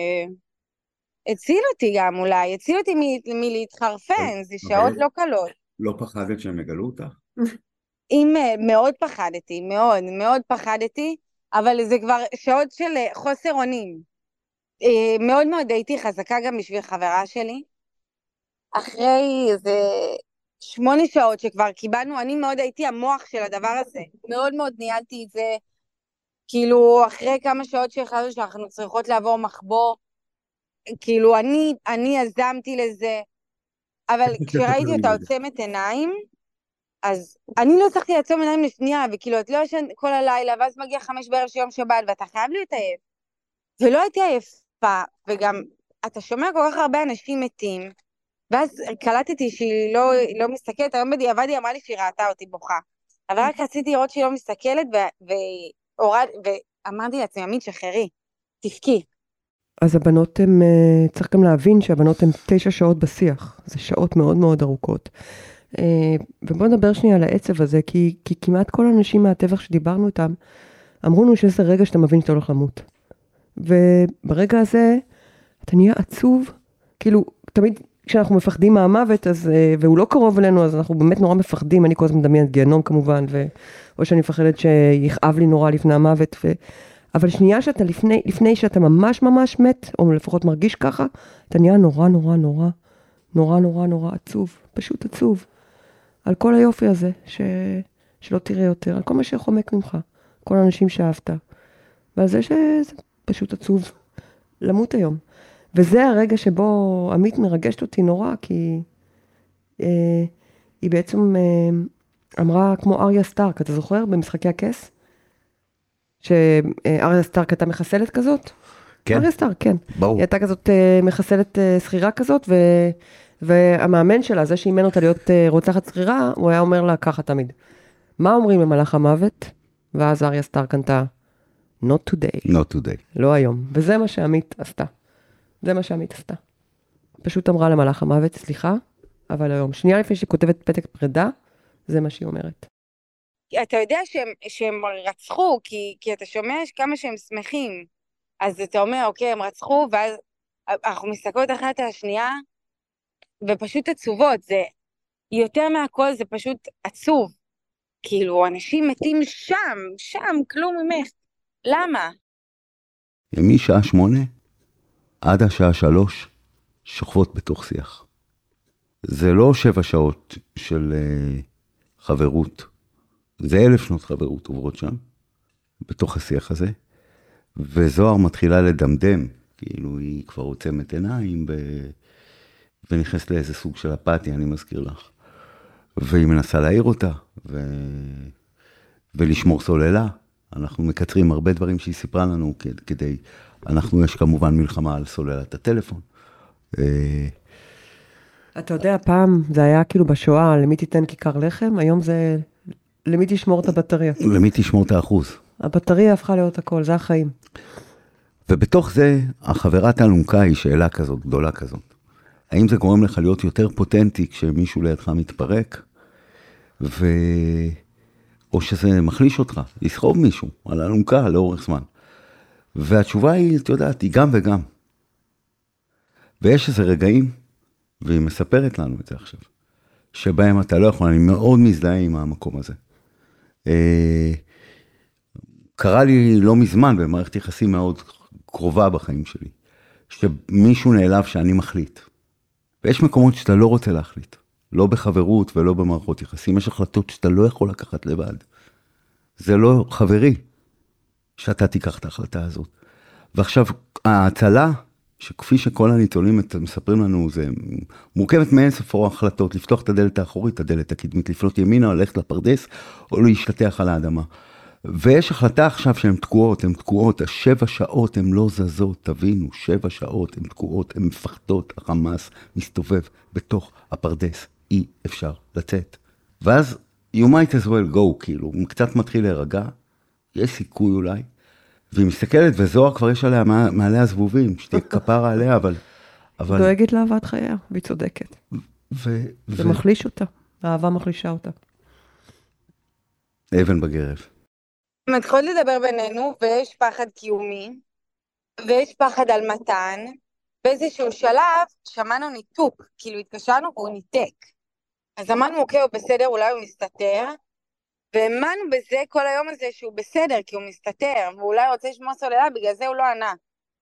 והציל אותי גם אולי, הציל אותי מ- מלהתחרפן, זה שעות לא קלות. לא פחדת שהם יגלו אותך? אם מאוד פחדתי, מאוד, מאוד פחדתי, אבל זה כבר שעות של חוסר אונים. מאוד מאוד הייתי חזקה גם בשביל חברה שלי. אחרי איזה שמונה שעות שכבר קיבלנו, אני מאוד הייתי המוח של הדבר הזה. מאוד מאוד ניהלתי את זה. כאילו, אחרי כמה שעות שהחלטנו שאנחנו צריכות לעבור מחבוא, כאילו, אני, אני יזמתי לזה, אבל כשראיתי אותה עוצמת עיניים, אז אני לא צריכתי לעצום עיניים לשנייה, וכאילו, את לא ישן כל הלילה, ואז מגיע חמש בערב של יום שבת, ואתה חייב להיות עייף. ולא הייתי עייפה, וגם, אתה שומע כל כך הרבה אנשים מתים, ואז קלטתי שהיא לא, לא מסתכלת, היום בדיעבד היא אמרה לי שהיא ראתה אותי בוכה. אבל רק רציתי לראות שהיא לא מסתכלת, ו- והורד, ואמרתי לעצמי, עמית, שחררי, תפקי. אז הבנות הן, צריך גם להבין שהבנות הן תשע שעות בשיח, זה שעות מאוד מאוד ארוכות. ובואו נדבר שנייה על העצב הזה, כי, כי כמעט כל האנשים מהטבח שדיברנו איתם, אמרו לנו שזה רגע שאתה מבין שאתה הולך למות. וברגע הזה, אתה נהיה עצוב, כאילו, תמיד כשאנחנו מפחדים מהמוות, אז, והוא לא קרוב אלינו, אז אנחנו באמת נורא מפחדים, אני כל הזמן מדמיינת גיהנום כמובן, ו, או שאני מפחדת שיכאב לי נורא לפני המוות, ו, אבל שנייה שאתה לפני, לפני שאתה ממש ממש מת, או לפחות מרגיש ככה, אתה נהיה נורא נורא נורא, נורא נורא נורא עצוב, פשוט עצוב, על כל היופי הזה, ש, שלא תראה יותר, על כל מה שחומק ממך, כל האנשים שאהבת, ועל זה שזה פשוט עצוב, למות היום. וזה הרגע שבו עמית מרגשת אותי נורא, כי אה, היא בעצם אה, אמרה כמו אריה סטארק, אתה זוכר במשחקי הכס? שאריה סטארק הייתה מחסלת כזאת? כן. אריה סטארק, כן. ברור. היא הייתה כזאת אה, מחסלת אה, שכירה כזאת, ו, והמאמן שלה, זה שאימן אותה להיות אה, רוצחת שכירה, הוא היה אומר לה ככה תמיד. מה אומרים למלאך המוות? ואז אריה סטארק ענתה, not today. not today. לא היום. וזה מה שעמית עשתה. זה מה שעמית עשתה. פשוט אמרה למלאך המוות, סליחה, אבל היום, שנייה לפני שהיא כותבת פתק פרידה, זה מה שהיא אומרת. אתה יודע שהם, שהם רצחו, כי, כי אתה שומע כמה שהם שמחים, אז אתה אומר, אוקיי, הם רצחו, ואז אנחנו מסתכלות אחת על השנייה, ופשוט עצובות, זה יותר מהכל, זה פשוט עצוב. כאילו, אנשים מתים שם, שם, כלום ממך. למה? משעה שמונה עד השעה שלוש שוכבות בתוך שיח. זה לא שבע שעות של uh, חברות, זה אלף שנות חברות עוברות שם, בתוך השיח הזה, וזוהר מתחילה לדמדם, כאילו היא כבר עוצמת עיניים, ב... ונכנסת לאיזה סוג של אפתיה, אני מזכיר לך, והיא מנסה להעיר אותה, ו... ולשמור סוללה. אנחנו מקצרים הרבה דברים שהיא סיפרה לנו, כדי, אנחנו יש כמובן מלחמה על סוללת הטלפון. אתה יודע, פעם זה היה כאילו בשואה, למי תיתן כיכר לחם, היום זה למי תשמור את הבטריה. למי תשמור את האחוז. הבטריה הפכה להיות הכל, זה החיים. ובתוך זה, החברת האלונקה היא שאלה כזאת, גדולה כזאת. האם זה גורם לך להיות יותר פוטנטי כשמישהו לידך מתפרק? ו... או שזה מחליש אותך, לסחוב מישהו על האלונקה לאורך זמן. והתשובה היא, את יודעת, היא גם וגם. ויש איזה רגעים, והיא מספרת לנו את זה עכשיו, שבהם אתה לא יכול, אני מאוד מזדהה עם המקום הזה. אה, קרה לי לא מזמן, במערכת יחסים מאוד קרובה בחיים שלי, שמישהו נעלב שאני מחליט. ויש מקומות שאתה לא רוצה להחליט. לא בחברות ולא במערכות יחסים, יש החלטות שאתה לא יכול לקחת לבד. זה לא חברי שאתה תיקח את ההחלטה הזאת. ועכשיו, ההצלה, שכפי שכל הניצולים מספרים לנו, זה מורכבת מאין ספור החלטות, לפתוח את הדלת האחורית, הדלת הקדמית, לפנות ימינה, או ללכת לפרדס, או להשתטח על האדמה. ויש החלטה עכשיו שהן תקועות, הן תקועות, השבע שעות הן לא זזות, תבינו, שבע שעות הן תקועות, הן מפחדות, החמאס מסתובב בתוך הפרדס, אי אפשר לצאת. ואז, you might as well go, כאילו, הוא קצת מתחיל להירגע, יש סיכוי אולי, והיא מסתכלת, וזוהר כבר יש עליה מעלה הזבובים, שתהיה כפרה עליה, אבל... אבל... דואגת לאהבת חייה, והיא צודקת. ו... זה ו... מחליש אותה, האהבה מחלישה אותה. אבן בגרב. מתחילות לדבר בינינו, ויש פחד קיומי, ויש פחד על מתן. באיזשהו שלב שמענו ניתוק, כאילו התקשרנו והוא ניתק. אז אמרנו, אוקיי, הוא בסדר, אולי הוא מסתתר, והאמנו בזה כל היום הזה שהוא בסדר, כי הוא מסתתר, ואולי רוצה לשמוע סוללה, בגלל זה הוא לא ענה.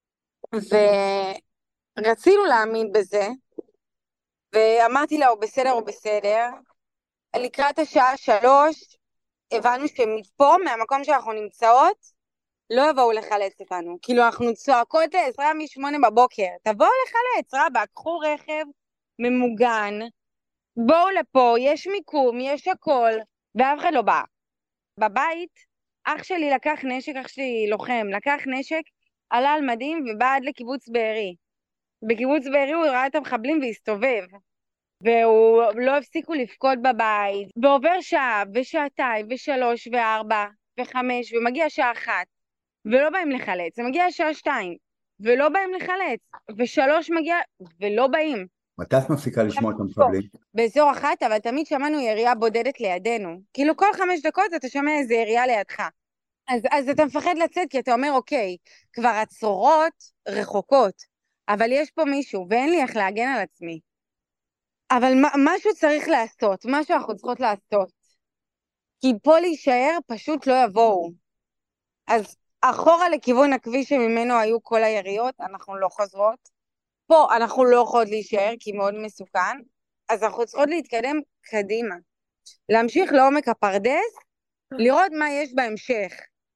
ורצינו להאמין בזה, ואמרתי לה, הוא בסדר, הוא בסדר. לקראת השעה שלוש, הבנו שמפה, מהמקום שאנחנו נמצאות, לא יבואו לחלץ אותנו. כאילו, אנחנו צועקות לעזרה משמונה בבוקר. תבואו לחלץ, רבא, קחו רכב ממוגן, בואו לפה, יש מיקום, יש הכל, ואף אחד לא בא. בבית, אח שלי לקח נשק, אח שלי לוחם, לקח נשק, עלה על מדים ובא עד לקיבוץ בארי. בקיבוץ בארי הוא ראה את המחבלים והסתובב. והוא לא הפסיקו לפקוד בבית, ועובר שעה, ושעתיים, ושלוש, וארבע, וחמש, ומגיע שעה אחת, ולא באים לחלץ, זה מגיע שעה שתיים, ולא באים לחלץ, ושלוש מגיע, ולא באים. מתי את מפסיקה לשמוע את המחבלים? באזור אחת, אבל תמיד שמענו ירייה בודדת לידינו, כאילו כל חמש דקות אתה שומע איזה ירייה לידך, אז, אז אתה מפחד לצאת, כי אתה אומר, אוקיי, כבר הצורות רחוקות, אבל יש פה מישהו, ואין לי איך להגן על עצמי. אבל משהו צריך לעשות, משהו אנחנו צריכות לעשות. כי פה להישאר פשוט לא יבואו. אז אחורה לכיוון הכביש שממנו היו כל היריות, אנחנו לא חוזרות. פה אנחנו לא יכולות להישאר כי מאוד מסוכן, אז אנחנו צריכות להתקדם קדימה. להמשיך לעומק הפרדס, לראות מה יש בהמשך.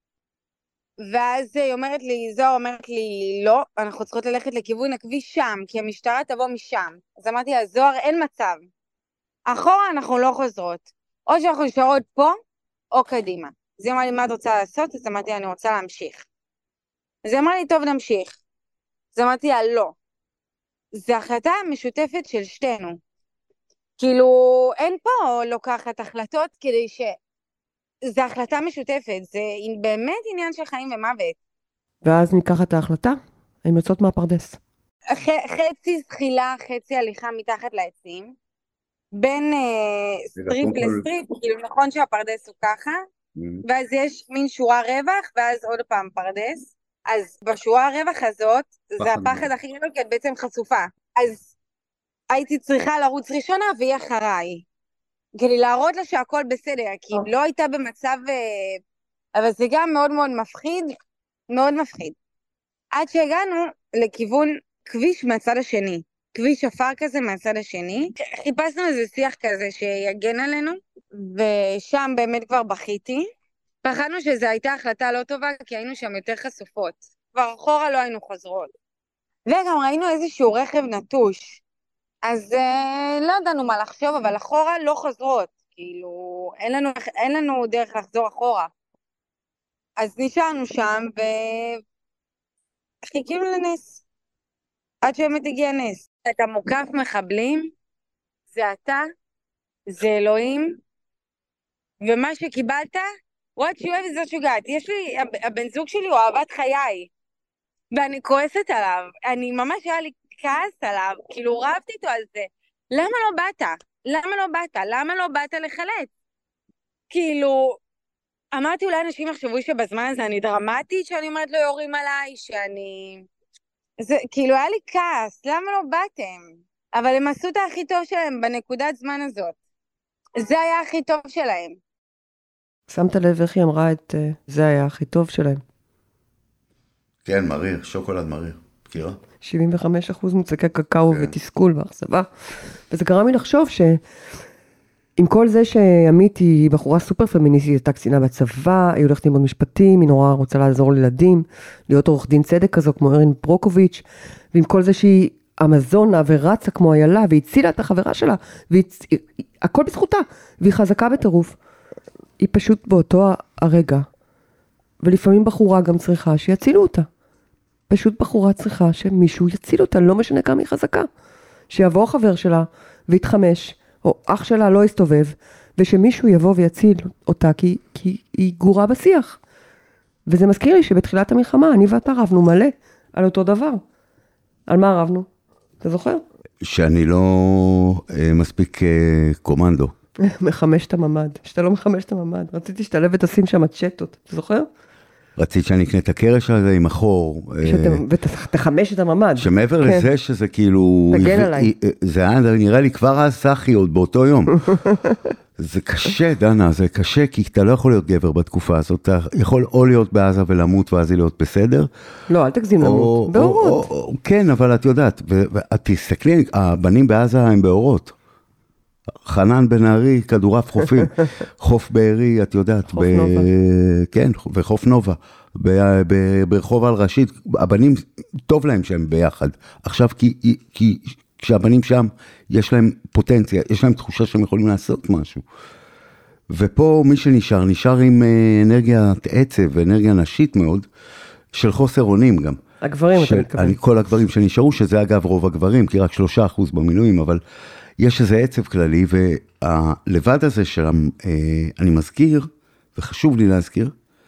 ואז היא אומרת לי, זוהר אומרת לי, לא, אנחנו צריכות ללכת לכיוון הכביש שם, כי המשטרה תבוא משם. אז אמרתי לה, זוהר, אין מצב. אחורה אנחנו לא חוזרות. או שאנחנו נשארות פה, או קדימה. אז היא אמרה לי, מה את רוצה לעשות? אז אמרתי לה, אני רוצה להמשיך. אז היא אמרה לי, טוב, נמשיך. אז אמרתי לה, לא. זו החלטה משותפת של שתינו. כאילו, אין פה לוקחת החלטות כדי ש... זו החלטה משותפת, זה באמת עניין של חיים ומוות. ואז ניקח את ההחלטה, הן יוצאות מהפרדס. ח- חצי זחילה, חצי הליכה מתחת לעצים, בין אה, סטריפ לסטריפ, כאילו נכון שהפרדס הוא ככה, mm-hmm. ואז יש מין שורה רווח, ואז עוד פעם פרדס, אז בשורה הרווח הזאת, זה הפחד הכי גדול, כי את בעצם חשופה. אז הייתי צריכה לרוץ ראשונה, והיא אחריי. כדי להראות לה שהכל בסדר, כי היא לא הייתה במצב, אבל זה גם מאוד מאוד מפחיד, מאוד מפחיד. עד שהגענו לכיוון כביש מהצד השני, כביש אפר כזה מהצד השני, חיפשנו איזה שיח כזה שיגן עלינו, ושם באמת כבר בכיתי. פחדנו שזו הייתה החלטה לא טובה, כי היינו שם יותר חשופות. כבר אחורה לא היינו חוזרות. וגם ראינו איזשהו רכב נטוש, אז אה, לא ידענו מה לחשוב, אבל אחורה לא חוזרות, כאילו, אין לנו, אין לנו דרך לחזור אחורה. אז נשארנו שם, וחיכינו לנס, עד שבאמת הגיע נס. אתה מוקף מחבלים, זה אתה, זה אלוהים, ומה שקיבלת, what you have is what you got. יש לי, הבן זוג שלי הוא אהבת חיי, ואני כועסת עליו, אני ממש היה לי כעס עליו, כאילו רבתי איתו על זה, למה לא באת? למה לא באת? למה לא באת לחלץ? כאילו, אמרתי אולי אנשים יחשבו שבזמן הזה אני דרמטית, שאני אומרת לא יורים עליי, שאני... זה, כאילו היה לי כעס, למה לא באתם? אבל הם עשו את הכי טוב שלהם בנקודת זמן הזאת. זה היה הכי טוב שלהם. שמת לב איך היא אמרה את זה היה הכי טוב שלהם? כן, מריר, שוקולד מריר. מכירה? שבעים וחמישה אחוז מוצקי קקאו ותסכול ואכזבה. וזה גרם לי לחשוב שעם כל זה שעמית היא בחורה סופר פמיניסטית, הייתה קצינה בצבא, היא הולכת ללמוד משפטים, היא נורא רוצה לעזור לילדים, להיות עורך דין צדק כזו כמו ארן ברוקוביץ', ועם כל זה שהיא אמזונה ורצה כמו איילה, והצילה את החברה שלה, והכל בזכותה, והיא חזקה בטירוף. היא פשוט באותו הרגע ולפעמים בחורה גם צריכה שיצילו אותה. פשוט בחורה צריכה שמישהו יציל אותה, לא משנה כמה היא חזקה. שיבוא חבר שלה ויתחמש, או אח שלה לא יסתובב, ושמישהו יבוא ויציל אותה, כי, כי היא גורה בשיח. וזה מזכיר לי שבתחילת המלחמה, אני ואתה רבנו מלא על אותו דבר. על מה רבנו? אתה זוכר? שאני לא אה, מספיק אה, קומנדו. מחמש את הממד. שאתה לא מחמש את הממד. רציתי שתעלה ותשים שם צ'טות. אתה זוכר? רצית שאני אקנה את הקרש הזה עם החור. ותחמש את הממד. שמעבר לזה שזה כאילו... תגן עליי. זה היה נראה לי כבר אז סחי עוד באותו יום. זה קשה, דנה, זה קשה, כי אתה לא יכול להיות גבר בתקופה הזאת. אתה יכול או להיות בעזה ולמות ואז להיות בסדר. לא, אל תגזים למות. באורות. כן, אבל את יודעת, ואת תסתכלי, הבנים בעזה הם באורות. חנן בן ארי, כדורף חופים, חוף בארי, את יודעת, חוף נובה. כן, וחוף נובה, ברחוב על ראשית, הבנים, טוב להם שהם ביחד, עכשיו, כי, כי כשהבנים שם, יש להם פוטנציה, יש להם תחושה שהם יכולים לעשות משהו, ופה מי שנשאר, נשאר עם אנרגיית עצב, ואנרגיה נשית מאוד, של חוסר אונים גם. הגברים, אתה מתכוון. כל הגברים שנשארו, שזה אגב רוב הגברים, כי רק שלושה אחוז במילואים, אבל יש איזה עצב כללי, והלבד הזה שאני מזכיר, וחשוב לי להזכיר,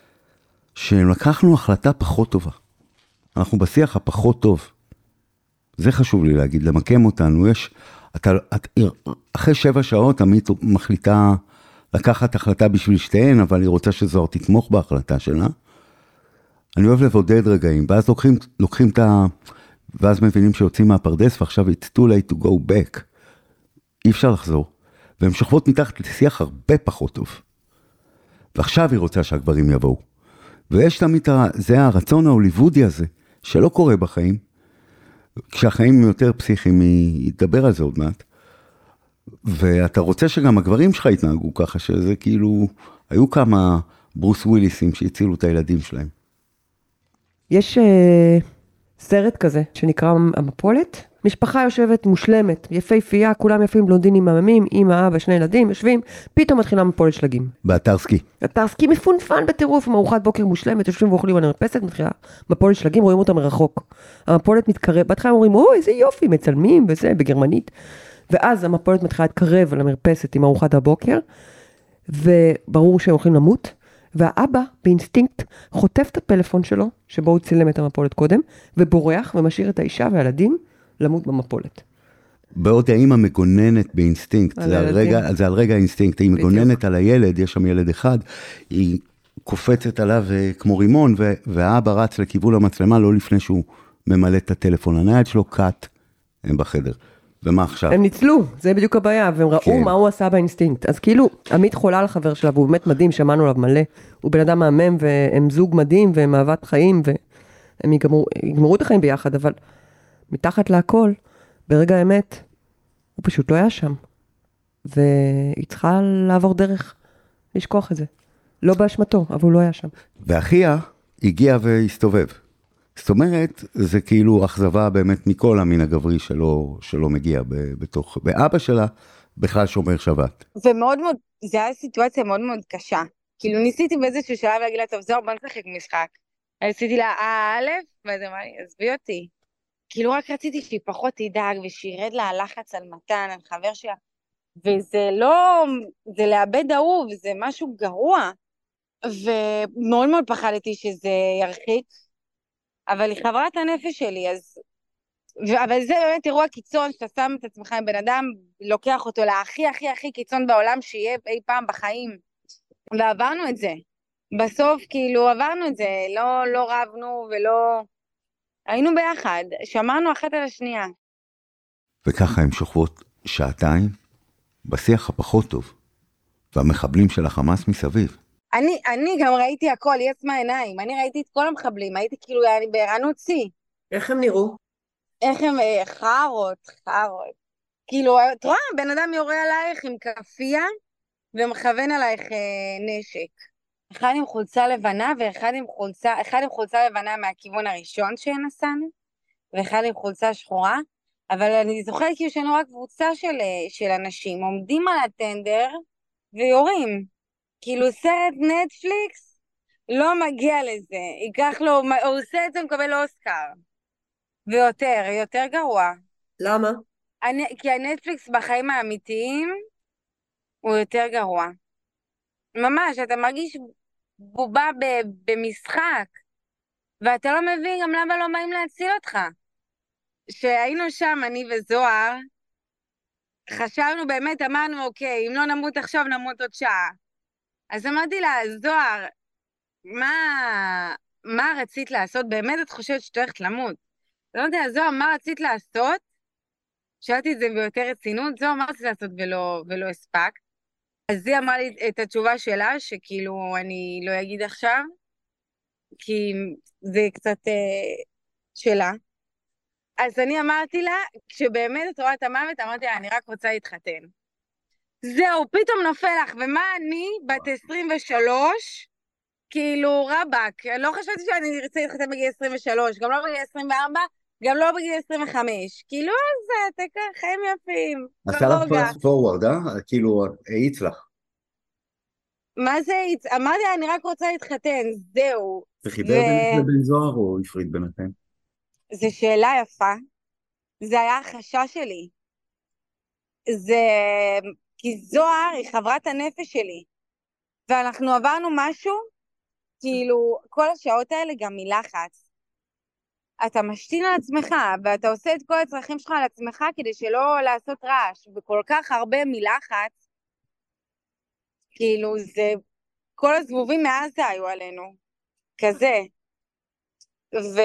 שלקחנו החלטה פחות טובה. אנחנו בשיח הפחות טוב. זה חשוב לי להגיד, למקם אותנו. יש, אתה, את, אחרי שבע שעות, עמית מחליטה לקחת החלטה בשביל שתיהן, אבל היא רוצה שזוהר תתמוך בהחלטה שלה. אני אוהב לבודד רגעים, ואז לוקחים, לוקחים את ה... ואז מבינים שיוצאים מהפרדס, ועכשיו it's too late to go back. אי אפשר לחזור. והן שוכבות מתחת לשיח הרבה פחות טוב. ועכשיו היא רוצה שהגברים יבואו. ויש תמיד, זה הרצון ההוליוודי הזה, שלא קורה בחיים, כשהחיים יותר פסיכיים, היא ידבר על זה עוד מעט. ואתה רוצה שגם הגברים שלך יתנהגו ככה, שזה כאילו, היו כמה ברוס וויליסים שהצילו את הילדים שלהם. יש uh, סרט כזה שנקרא המפולת, משפחה יושבת מושלמת, יפהפייה, כולם יפים בלונדינים מהממים, אמא, אבא, שני ילדים, יושבים, פתאום מתחילה מפולת שלגים. באתר סקי. אתר סקי מפונפן בטירוף, עם ארוחת בוקר מושלמת, יושבים ואוכלים על המרפסת, מתחילה מפולת שלגים, רואים אותה מרחוק. המפולת מתקרב, בהתחלה אומרים, אוי, איזה יופי, מצלמים וזה, בגרמנית. ואז המפולת מתחילה להתקרב על המרפסת עם ארוחת הבוקר, וברור שהם הולכים למות, והאבא באינסטינקט חוטף את הפלאפון שלו, שבו הוא צילם את המפולת קודם, ובורח ומשאיר את האישה והילדים למות במפולת. בעוד האמא מגוננת באינסטינקט, זה על, רגע, זה על רגע האינסטינקט, היא מגוננת על הילד, יש שם ילד אחד, היא קופצת עליו כמו רימון, והאבא רץ לכיוון המצלמה, לא לפני שהוא ממלא את הטלפון הנייד שלו, קאט, הם בחדר. ומה עכשיו? הם ניצלו, זה בדיוק הבעיה, והם ראו כן. מה הוא עשה באינסטינקט. אז כאילו, עמית חולה על החבר שלה, והוא באמת מדהים, שמענו עליו מלא, הוא בן אדם מהמם, והם זוג מדהים, והם אהבת חיים, והם יגמרו, יגמרו את החיים ביחד, אבל מתחת להכל, ברגע האמת, הוא פשוט לא היה שם. והיא צריכה לעבור דרך, לשכוח את זה. לא באשמתו, אבל הוא לא היה שם. ואחיה הגיע והסתובב. זאת אומרת, זה כאילו אכזבה באמת מכל המין הגברי שלו, שלו מגיע בתוך, ואבא שלה בכלל שומר שבת. ומאוד מאוד, זה היה סיטואציה מאוד מאוד קשה. כאילו ניסיתי באיזשהו שלב להגיד לה, טוב זוהר, בוא נשחק משחק. עשיתי לה א', ואז אמרה לי, עזבי אותי. כאילו רק רציתי שהיא פחות תדאג, ושירד לה הלחץ על מתן, על חבר שלה. וזה לא, זה לאבד אהוב, זה משהו גרוע. ומאוד מאוד פחדתי שזה ירחיק. אבל היא חברת הנפש שלי, אז... ו... אבל זה באמת אירוע קיצון, שאתה שם את עצמך עם בן אדם, לוקח אותו להכי הכי הכי קיצון בעולם שיהיה אי פעם בחיים. ועברנו את זה. בסוף כאילו עברנו את זה, לא, לא רבנו ולא... היינו ביחד, שמרנו אחת על השנייה. וככה הם שוכבות שעתיים בשיח הפחות טוב, והמחבלים של החמאס מסביב. אני, אני גם ראיתי הכל, יש מהעיניים, אני ראיתי את כל המחבלים, הייתי כאילו, אני בערנות צי. איך הם נראו? איך הם, חרות, חרות. כאילו, את רואה, בן אדם יורה עלייך עם כפייה, ומכוון עלייך אה, נשק. אחד עם חולצה לבנה, ואחד עם חולצה, אחד עם חולצה לבנה מהכיוון הראשון שנסענו, ואחד עם חולצה שחורה, אבל אני זוכרת כאילו שאני רואה קבוצה של, של אנשים, עומדים על הטנדר, ויורים. כאילו סרט נטפליקס, לא מגיע לזה, ייקח לו, הוא עושה את זה, מקבל אוסקר. ויותר, יותר גרוע. למה? אני, כי הנטפליקס בחיים האמיתיים הוא יותר גרוע. ממש, אתה מרגיש בובה ב- במשחק, ואתה לא מבין גם למה לא באים להציל אותך. שהיינו שם, אני וזוהר, חשבנו באמת, אמרנו, אוקיי, אם לא נמות עכשיו, נמות עוד שעה. אז אמרתי לה, זוהר, מה, מה רצית לעשות? באמת את חושבת שאת הולכת למות? אז אמרתי לה, זוהר, מה רצית לעשות? שאלתי את זה ביותר רצינות, זוהר, מה רצית לעשות ולא, ולא הספק? אז היא אמרה לי את התשובה שלה, שכאילו אני לא אגיד עכשיו, כי זה קצת אה, שלה. אז אני אמרתי לה, כשבאמת את רואה את המוות, אמרתי לה, אני רק רוצה להתחתן. זהו, פתאום נופל לך, ומה אני, בת עשרים ושלוש, כאילו רבק, לא חשבתי שאני ארצה להתחתן בגיל עשרים ושלוש, גם לא בגיל עשרים וארבע, גם לא בגיל עשרים וחמש. כאילו, אז אתה ככה, חיים יפים, עשה לך ברוגע. פלאס פורוורד, אה? כאילו, האיץ לך. מה זה? אמרתי לה, אני רק רוצה להתחתן, זהו. וחיבר בינך לבין זוהר או הפריד ביניכם? זו שאלה יפה. זה היה החשש שלי. זה... כי זוהר היא חברת הנפש שלי. ואנחנו עברנו משהו, כאילו, כל השעות האלה גם מלחץ. אתה משתין על עצמך, ואתה עושה את כל הצרכים שלך על עצמך כדי שלא לעשות רעש, וכל כך הרבה מלחץ, כאילו זה, כל הזבובים מעזה היו עלינו, כזה. ו...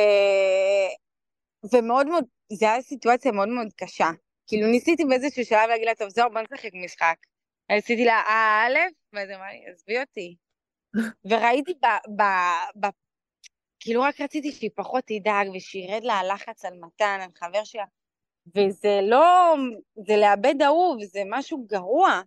ומאוד מאוד, זו הייתה סיטואציה מאוד מאוד קשה. כאילו ניסיתי באיזשהו שלב להגיד לה, טוב, זוהר, בוא נשחק משחק. עשיתי לה, אה, א', ואז אמרה לי, עזבי אותי. וראיתי ב... ב... ב... כאילו רק רציתי שהיא פחות תדאג, ושירד לה הלחץ על מתן, על חבר שלה, וזה לא, זה לאבד אהוב, זה משהו גרוע.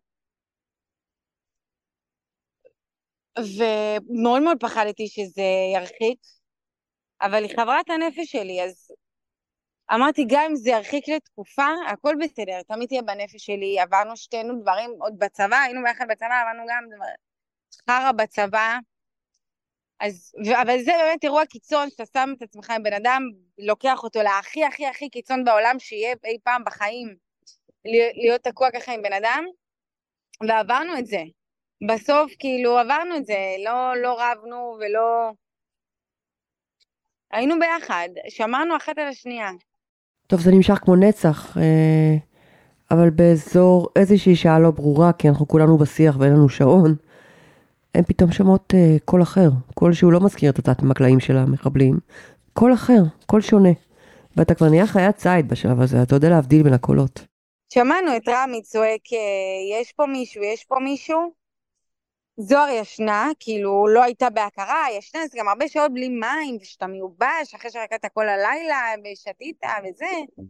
ומאוד מאוד פחדתי שזה ירחיק, אבל היא חברת הנפש שלי, אז אמרתי, גם אם זה ירחיק לתקופה, הכל בסדר, תמיד תהיה בנפש שלי, עברנו שתינו דברים, עוד בצבא, היינו ביחד בצבא, עברנו גם דבר, חרה בצבא, אז, ו- אבל זה באמת אירוע קיצון, שאתה שם את עצמך עם בן אדם, לוקח אותו להכי הכי הכי קיצון בעולם, שיהיה אי פעם בחיים, להיות תקוע ככה עם בן אדם, ועברנו את זה. בסוף כאילו עברנו את זה, לא, לא רבנו ולא... היינו ביחד, שמענו אחת על השנייה. טוב, זה נמשך כמו נצח, אבל באזור איזושהי שעה לא ברורה, כי אנחנו כולנו בשיח ואין לנו שעון, הם פתאום שמות קול אחר, קול שהוא לא מזכיר את התת מקלעים של המחבלים, קול אחר, קול שונה. ואתה כבר נהיה חיית ציד בשלב הזה, אתה יודע להבדיל בין הקולות. שמענו את רמי צועק, יש פה מישהו, יש פה מישהו. זוהר ישנה, כאילו לא הייתה בהכרה, ישנה, זה גם הרבה שעות בלי מים, ושאתה מיובש, אחרי שרקת כל הלילה, ושתית וזה,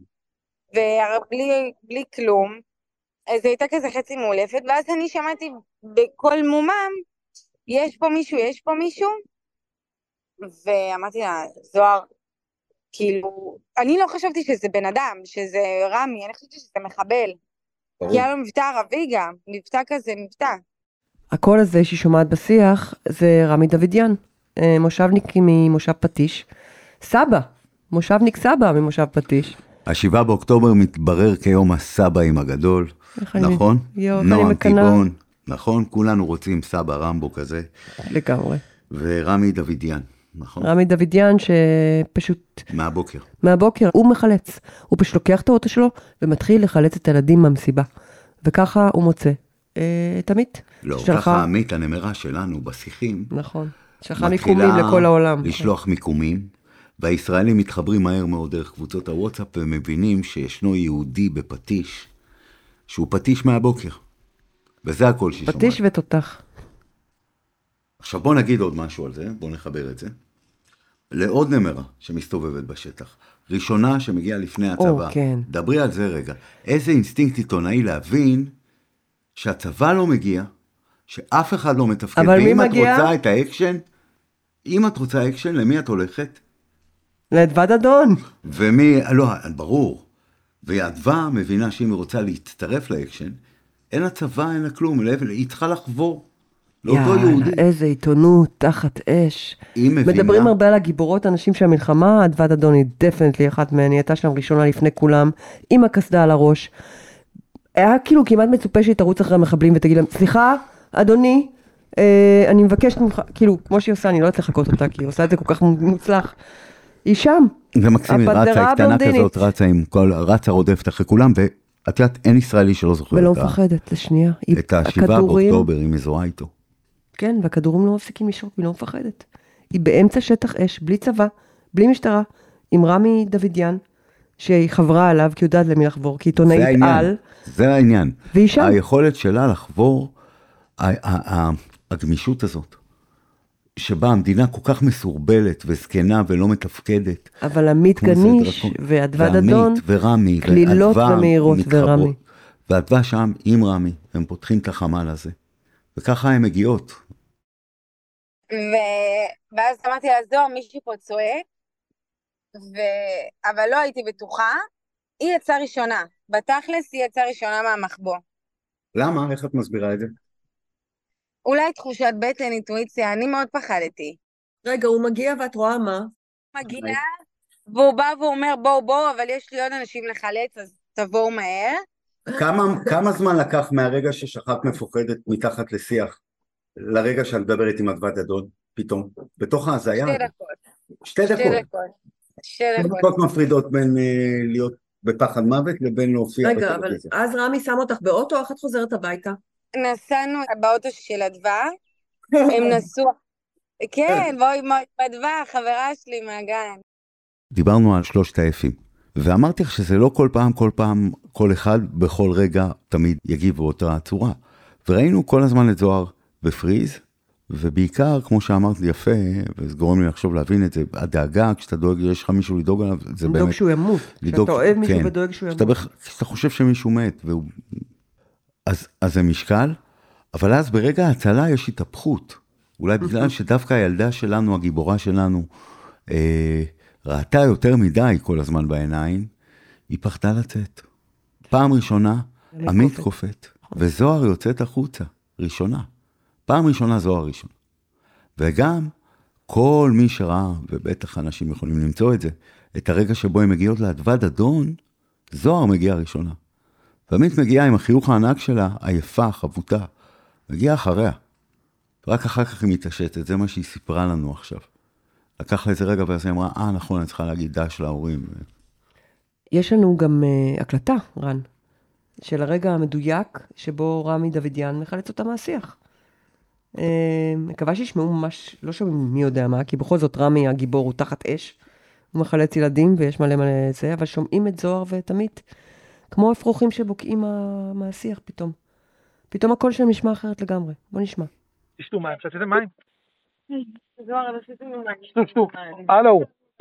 ובלי בלי כלום. אז הייתה כזה חצי מעולפת, ואז אני שמעתי בכל מומם, יש פה מישהו, יש פה מישהו, ואמרתי לה, זוהר, כאילו, אני לא חשבתי שזה בן אדם, שזה רמי, אני חשבתי שזה מחבל. כי היה לו מבטא ערבי גם, מבטא כזה, מבטא. הקול הזה שהיא שומעת בשיח, זה רמי דוידיאן, מושבניק ממושב פטיש. סבא, מושבניק סבא ממושב פטיש. השבעה באוקטובר מתברר כיום הסבאים הגדול, נכון? נועם טיבון, נכון? כולנו רוצים סבא רמבו כזה. לגמרי. ורמי דוידיאן, נכון? רמי דוידיאן שפשוט... מהבוקר. מהבוקר, הוא מחלץ. הוא פשוט לוקח את האוטו שלו ומתחיל לחלץ את הילדים מהמסיבה. וככה הוא מוצא את עמית. לא, ככה עמית הנמרה שלנו בשיחים. נכון. שלחה מיקומים לכל העולם. לשלוח מיקומים. והישראלים מתחברים מהר מאוד דרך קבוצות הוואטסאפ, ומבינים שישנו יהודי בפטיש, שהוא פטיש מהבוקר. וזה הכל ששומע. פטיש ותותח. עכשיו בוא נגיד עוד משהו על זה, בוא נחבר את זה. לעוד נמרה שמסתובבת בשטח. ראשונה שמגיעה לפני הצבא. או, כן. דברי על זה רגע. איזה אינסטינקט עיתונאי להבין שהצבא לא מגיע, שאף אחד לא מתפקד. אבל מי מגיע? ואם את רוצה את האקשן, אם את רוצה אקשן, למי את הולכת? לאדווה דדון. ומי, לא, ברור. ואדווה מבינה שאם היא רוצה להצטרף לאקשן, אין הצבא, אין לה כלום, היא צריכה לחבור. לאותו יהודי. יאללה, איזה עיתונות, תחת אש. היא מבינה. מדברים הרבה על הגיבורות, אנשים של המלחמה, אדוה דדון היא דפנטלי אחת מהן, היא הייתה שם ראשונה לפני כולם, עם הקסדה על הראש. היה כאילו כמעט מצופה שהיא תרוץ אחרי המחבלים ותגיד להם, סליחה, אדוני, אה, אני מבקשת ממך, כאילו, כמו שהיא עושה, אני לא יודעת לחכות אותה, כי היא עושה את זה כל כך מוצלח. היא שם. זה מקסים, היא רצה, הפנתרה היא קטנה הבלונדינית. כזאת, רצה עם כל, רצה רודפת אחרי כולם, ואת יודעת, אין ישראלי שלא זוכר ולא את ה- מפחדת, לשנייה. היא- את השבעה הכדורים- באוקטובר, היא מזוהה איתו. כן, והכדורים לא מפסיקים לשרוק, היא לא מפחדת. היא באמצע שטח אש, בלי צבא, בלי משטרה, עם רמי דוידיאן, שהיא חברה עליו, כי היא יודעת למי לחבור, כי היא זה עיתונאית העניין, על, זה העניין. והיא שם. היכולת שלה לחבור, ה- ה- ה- הגמישות הזאת, שבה המדינה כל כך מסורבלת וזקנה ולא מתפקדת. אבל עמית כמו זה גניש דרקון. ואדוה ועמית דדון, ורמי, כלילות ואדווה ומהירות מתחברות. ורמי. ואדווה שם עם רמי, הם פותחים את החמ"ל הזה. וככה הן מגיעות. ו... ואז אמרתי לה, זוהר, מישהי פה צועק, ו... אבל לא הייתי בטוחה, היא יצאה ראשונה, בתכלס היא יצאה ראשונה מהמחבוא. למה? איך את מסבירה את זה? אולי תחושת בטן, אינטואיציה, אני מאוד פחדתי. רגע, הוא מגיע ואת רואה מה? מגיע, והוא בא ואומר, בואו בואו, אבל יש לי עוד אנשים לחלץ, אז תבואו מהר. כמה, כמה זמן לקח מהרגע ששחק מפוחדת מתחת לשיח, לרגע שאת מדברת עם אדווה דדון, פתאום, בתוך ההזיה? שתי דקות. שתי שתי דקות. דקות. שתי שתי דקות. דקות מפרידות בין אה, להיות בפחד מוות לבין להופיע רגע, אבל בטלוויזיה. אז רמי שם אותך באוטו, איך את חוזרת הביתה? נסענו באוטו של אדווה, הם נסעו, כן, בואי, אדווה, חברה שלי מהגן. דיברנו על שלושת האפים, ואמרתי לך שזה לא כל פעם, כל פעם, כל אחד, בכל רגע, תמיד יגיב באותה צורה. וראינו כל הזמן את זוהר בפריז, ובעיקר, כמו שאמרת לי יפה, וזה גורם לי לחשוב להבין את זה, הדאגה, כשאתה דואג, יש לך מישהו לדאוג עליו, זה באמת... לדאוג שהוא ימות. לדאוג- כשאתה אוהב מישהו כן. ודואג שהוא כשאתה, ימות. בח... כשאתה חושב שמישהו מת, והוא... אז, אז זה משקל, אבל אז ברגע ההצלה יש התהפכות. אולי בגלל שדווקא הילדה שלנו, הגיבורה שלנו, אה, ראתה יותר מדי כל הזמן בעיניים, היא פחדה לצאת. פעם ראשונה, עמית קופאת, וזוהר יוצאת החוצה, ראשונה. פעם ראשונה זוהר ראשון. וגם כל מי שראה, ובטח אנשים יכולים למצוא את זה, את הרגע שבו הם מגיעות לאדווה דדון, זוהר מגיעה ראשונה. ועמית מגיעה עם החיוך הענק שלה, עייפה, חבוטה, מגיעה אחריה. רק אחר כך היא מתעשתת, זה מה שהיא סיפרה לנו עכשיו. לקח לה איזה רגע ואז היא אמרה, אה נכון, אני צריכה להגיד דש להורים. יש לנו גם uh, הקלטה, רן, של הרגע המדויק שבו רמי דוידיאן מחלץ אותה מהשיח. Uh, מקווה שישמעו ממש, לא שומעים מי יודע מה, כי בכל זאת רמי הגיבור הוא תחת אש, הוא מחלץ ילדים ויש מלא מלא זה, אבל שומעים את זוהר ואת עמית, כמו אפרוחים שבוקעים מה, מהשיח פתאום. פתאום הקול שלהם נשמע אחרת לגמרי. בוא נשמע. תשתו מים, שתיתם מים? זוהר, אבל עשיתי ממש. שתו, שתו. הלו.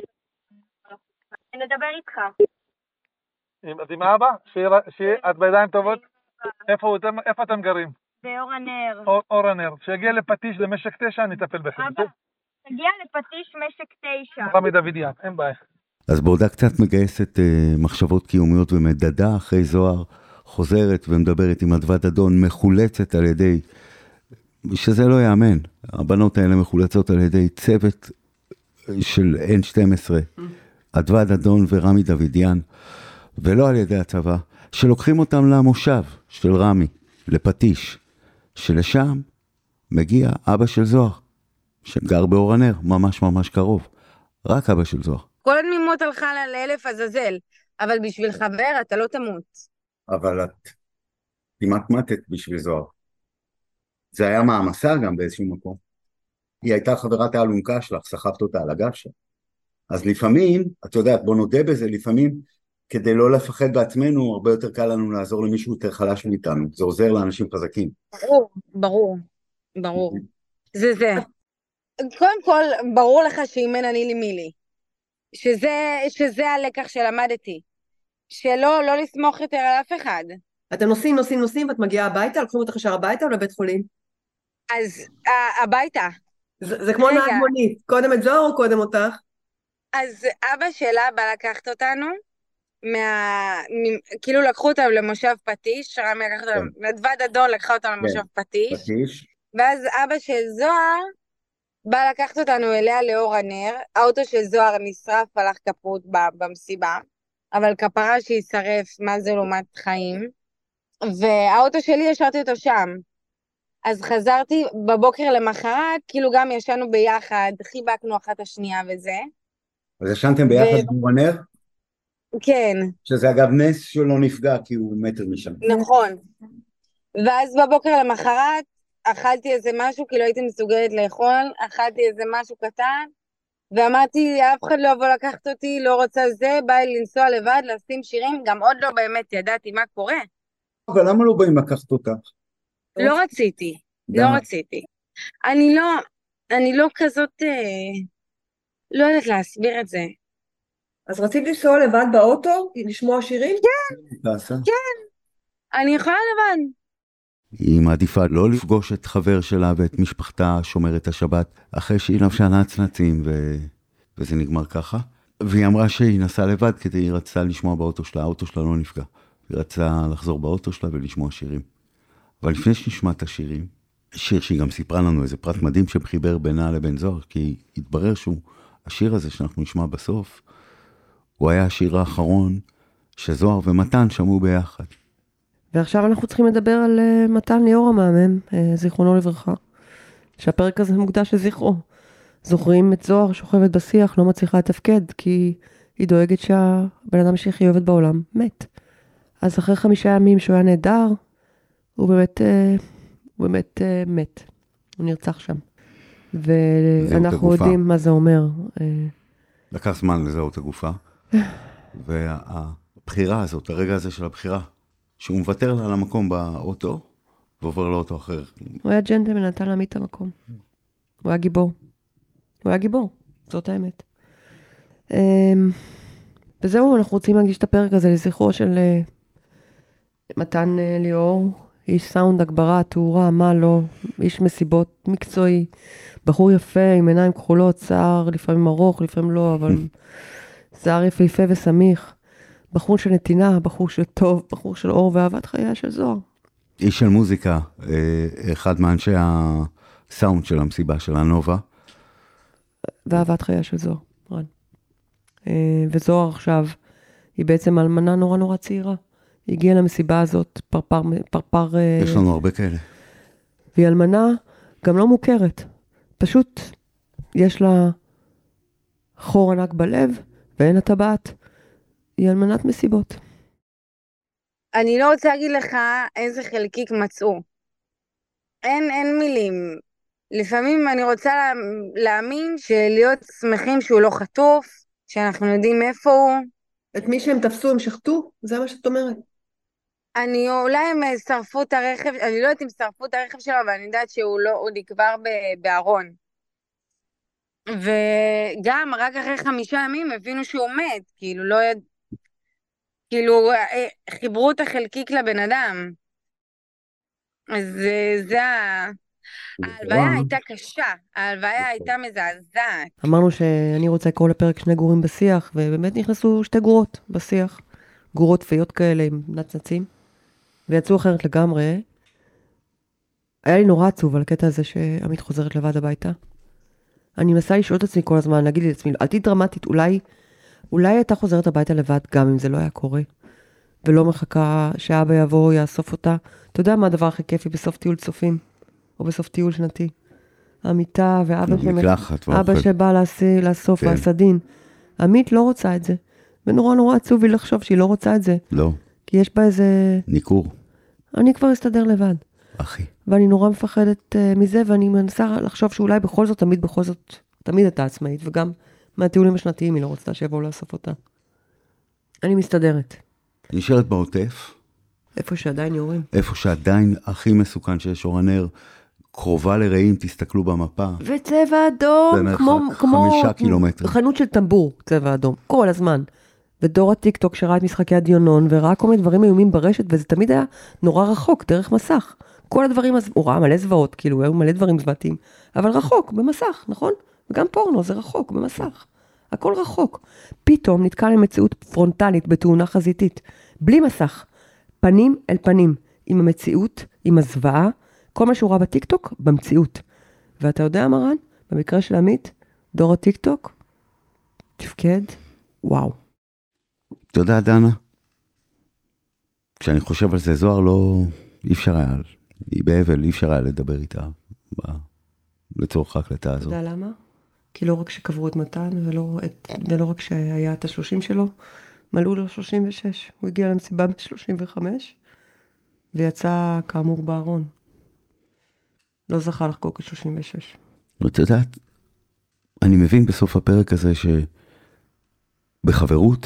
נדבר איתך. עם- אז עם אבא? שיהיה- שיהיה- את בידיים טובות? איפה הוא? אתם- איפה אתם גרים? באור הנר. אור- אור הנר. שיגיע לפטיש למשק תשע, אני אטפל בכם. אבא. תגיע לפטיש משק תשע. רמי דוידיאן, אין בעיה. אז בעודה קצת מגייסת אה, מחשבות קיומיות ומדדה, אחרי זוהר חוזרת ומדברת עם אדווה דדון, מחולצת על ידי, שזה לא יאמן, הבנות האלה מחולצות על ידי צוות של אן שתים עשרה, אדווה דדון ורמי דוידיאן, ולא על ידי הצבא, שלוקחים אותם למושב של רמי, לפטיש, שלשם מגיע אבא של זוהר, שגר באור הנר, ממש ממש קרוב, רק אבא של זוהר. כל התמימות הלכה לה לאלף עזאזל, אבל בשביל חבר אתה לא תמות. אבל את כמעט מתת בשביל זוהר. זה היה מעמסה גם באיזשהו מקום. היא הייתה חברת האלונקה שלך, סחבת אותה על הגב שלה. אז לפעמים, את יודעת, בוא נודה בזה, לפעמים, כדי לא לפחד בעצמנו, הרבה יותר קל לנו לעזור למישהו יותר חלש מאיתנו. זה עוזר לאנשים חזקים. ברור, ברור, ברור. זה זה. קודם כל, ברור לך שאם אין אני לי מי לי. שזה, שזה הלקח שלמדתי. שלא, לא לסמוך יותר על אף אחד. אתם נוסעים, נוסעים, נוסעים, ואת מגיעה הביתה, לוקחים אותך ישר הביתה או לבית חולים? אז ה- הביתה. זה, זה כמו רגע. נהג מונית, קודם את זוהר או קודם אותך? אז אבא שלה בא לקחת אותנו, מה... מ- כאילו לקחו אותנו למושב פטיש, רמי לקח אותנו, אדווה דדון לקחה אותנו למושב פטיש, פטיש, ואז אבא של זוהר בא לקחת אותנו אליה לאור הנר, האוטו של זוהר נשרף, הלך כפות במסיבה, אבל כפרה שישרף, מה זה לעומת חיים, והאוטו שלי השארתי אותו שם. אז חזרתי בבוקר למחרת, כאילו גם ישנו ביחד, חיבקנו אחת השנייה וזה. אז ישנתם ביחד באור הנר? כן. שזה אגב נס שלא נפגע, כי הוא מטר משם. נכון. ואז בבוקר למחרת, אכלתי איזה משהו, כי לא הייתי מסוגלת לאכול, אכלתי איזה משהו קטן, ואמרתי, אף אחד לא יבוא לקחת אותי, לא רוצה זה, בא לי לנסוע לבד, לשים שירים, גם עוד לא באמת ידעתי מה קורה. אבל למה לא באים לקחת אותך? לא רציתי, לא רציתי. אני לא, אני לא כזאת, לא יודעת להסביר את זה. אז רצית לנסוע לבד באוטו, לשמוע שירים? כן, כן, אני יכולה לבד. היא מעדיפה לא לפגוש את חבר שלה ואת משפחתה שומרת השבת, אחרי שהיא לבשה נצנצים ו... וזה נגמר ככה. והיא אמרה שהיא נסעה לבד כדי היא רצתה לשמוע באוטו שלה, האוטו שלה לא נפגע. היא רצתה לחזור באוטו שלה ולשמוע שירים. אבל לפני שנשמע את השירים, שיר שהיא גם סיפרה לנו איזה פרט מדהים שחיבר בינה לבין זוהר, כי התברר שהוא, השיר הזה שאנחנו נשמע בסוף, הוא היה השיר האחרון שזוהר ומתן שמעו ביחד. ועכשיו אנחנו צריכים לדבר על uh, מתן ליאור המאמם, uh, זיכרונו לברכה, שהפרק הזה מוקדש לזכרו. זוכרים את זוהר שוכבת בשיח, לא מצליחה לתפקד, כי היא דואגת שהבן אדם שהכי אוהבת בעולם מת. אז אחרי חמישה ימים שהוא היה נהדר, הוא באמת, uh, הוא באמת uh, מת. הוא נרצח שם. ואנחנו יודעים מה זה אומר. Uh, לקח זמן לזהות הגופה. והבחירה הזאת, הרגע הזה של הבחירה, שהוא מוותר לה על המקום באוטו, ועובר לאוטו אחר. הוא היה ג'נטלמן, נתן להעמיד את המקום. הוא היה גיבור. הוא היה גיבור, זאת האמת. וזהו, אנחנו רוצים להגיש את הפרק הזה לזכרו של מתן ליאור, איש סאונד, הגברה, תאורה, מה לא, איש מסיבות מקצועי, בחור יפה, עם עיניים כחולות, שיער, לפעמים ארוך, לפעמים לא, אבל שיער יפהפה וסמיך. בחור של נתינה, בחור של טוב, בחור של אור ואהבת חייה של זוהר. איש של מוזיקה, אחד מאנשי הסאונד של המסיבה של הנובה. ואהבת חייה של זוהר, רן. וזוהר עכשיו, היא בעצם אלמנה נורא נורא צעירה. היא הגיעה למסיבה הזאת, פרפר, פרפר... יש לנו הרבה כאלה. והיא אלמנה גם לא מוכרת. פשוט יש לה חור ענק בלב, ואין הטבעת. היא על מנת מסיבות. אני לא רוצה להגיד לך איזה חלקיק מצאו. אין, אין מילים. לפעמים אני רוצה לה, להאמין שלהיות שמחים שהוא לא חטוף, שאנחנו יודעים איפה הוא. את מי שהם תפסו הם שחטו? זה מה שאת אומרת. אני, אולי הם שרפו את הרכב, אני לא יודעת אם שרפו את הרכב שלו, אבל אני יודעת שהוא לא, הוא נקבר בארון. וגם רק אחרי חמישה ימים הבינו שהוא מת, כאילו לא יד... כאילו חיברו את החלקיק לבן אדם. אז זה ה... ההלוויה הייתה קשה, ההלוויה הייתה מזעזעת. אמרנו שאני רוצה לקרוא לפרק שני גורים בשיח, ובאמת נכנסו שתי גורות בשיח, גורות פיות כאלה עם נצנצים, ויצאו אחרת לגמרי. היה לי נורא עצוב על הקטע הזה שעמית חוזרת לבד הביתה. אני מנסה לשאול את עצמי כל הזמן, להגיד לי לעצמי, אל תהי דרמטית, אולי, אולי הייתה חוזרת הביתה לבד, גם אם זה לא היה קורה, ולא מחכה שאבא יבוא, יאסוף אותה. אתה יודע מה הדבר הכי כיפי בסוף טיול צופים, או בסוף טיול שנתי? המיטה ואבא אבא שבא לאסוף כן. והסדין. עמית לא רוצה את זה, ונורא נורא עצוב לי לחשוב שהיא לא רוצה את זה. לא. כי יש בה איזה... ניכור. אני כבר אסתדר לבד. אחי. ואני נורא מפחדת uh, מזה, ואני מנסה לחשוב שאולי בכל זאת, תמיד בכל זאת, תמיד הייתה עצמאית, וגם מהטיולים השנתיים היא לא רצתה שיבואו לאסוף אותה. אני מסתדרת. נשארת בעוטף. איפה שעדיין יורים. איפה שעדיין הכי מסוכן שיש אור הנר, קרובה לרעים, תסתכלו במפה. וצבע אדום, כמו, כמו חמישה קילומטר. חנות של טמבור, צבע אדום, כל הזמן. ודור הטיק-טוק שראה את משחקי הדיונון, וראה כל מיני דברים איומים ברשת, וזה תמיד היה נורא רחוק, דרך מסך. כל הדברים, הוא ראה מלא זוועות, כאילו, היו מלא דברים זוועתיים, אבל רחוק, במסך, נכון? וגם פורנו, זה רחוק, במסך. הכל רחוק. פתאום נתקע למציאות פרונטלית, בתאונה חזיתית, בלי מסך, פנים אל פנים, עם המציאות, עם הזוועה, כל מה שהוא ראה בטיקטוק, במציאות. ואתה יודע, מרן, במקרה של עמית, דור הטיקטוק, תפקד, וואו. תודה, דנה. כשאני חושב על זה, זוהר לא, אי אפשר היה, היא באבל, אי אפשר היה לדבר איתה, לצורך ההקלטה הזאת. אתה יודע למה? כי לא רק שקברו את מתן, ולא, את, ולא רק שהיה את השלושים שלו, מלאו לו שלושים ושש. הוא הגיע למסיבה ב-שלושים וחמש, ויצא כאמור בארון. לא זכה לחגוג את שלושים ושש. ואת יודעת, אני מבין בסוף הפרק הזה שבחברות,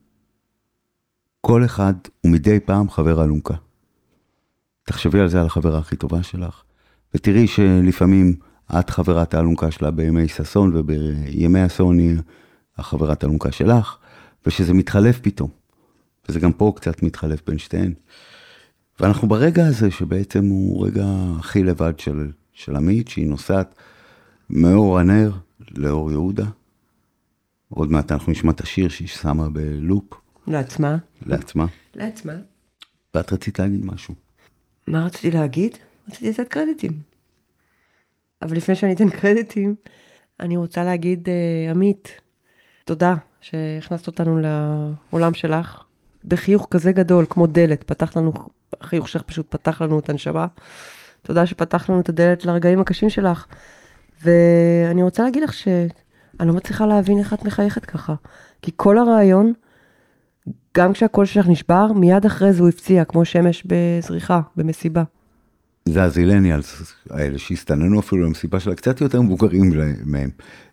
כל אחד הוא מדי פעם חבר אלונקה. תחשבי על זה, על החברה הכי טובה שלך, ותראי שלפעמים את חברת האלונקה שלה בימי ססון, ובימי אסון היא החברת האלונקה שלך, ושזה מתחלף פתאום. וזה גם פה קצת מתחלף בין שתיהן. ואנחנו ברגע הזה, שבעצם הוא רגע הכי לבד של, של עמית, שהיא נוסעת מאור הנר לאור יהודה. עוד מעט אנחנו נשמע את השיר שהיא שמה בלופ. לעצמה. לעצמה. לעצמה. ואת רצית להגיד משהו. מה רציתי להגיד? רציתי לתת קרדיטים. אבל לפני שאני אתן קרדיטים, אני רוצה להגיד, uh, עמית, תודה שהכנסת אותנו לעולם שלך, בחיוך כזה גדול, כמו דלת, פתח לנו, החיוך שלך פשוט פתח לנו את הנשמה, תודה שפתח לנו את הדלת לרגעים הקשים שלך, ואני רוצה להגיד לך שאני לא מצליחה להבין איך את מחייכת ככה, כי כל הרעיון, גם כשהקול שלך נשבר, מיד אחרי זה הוא הפציע, כמו שמש בזריחה, במסיבה. זה הזילניאלס האלה שהסתננו אפילו למסיבה שלה, קצת יותר מבוגרים מהם.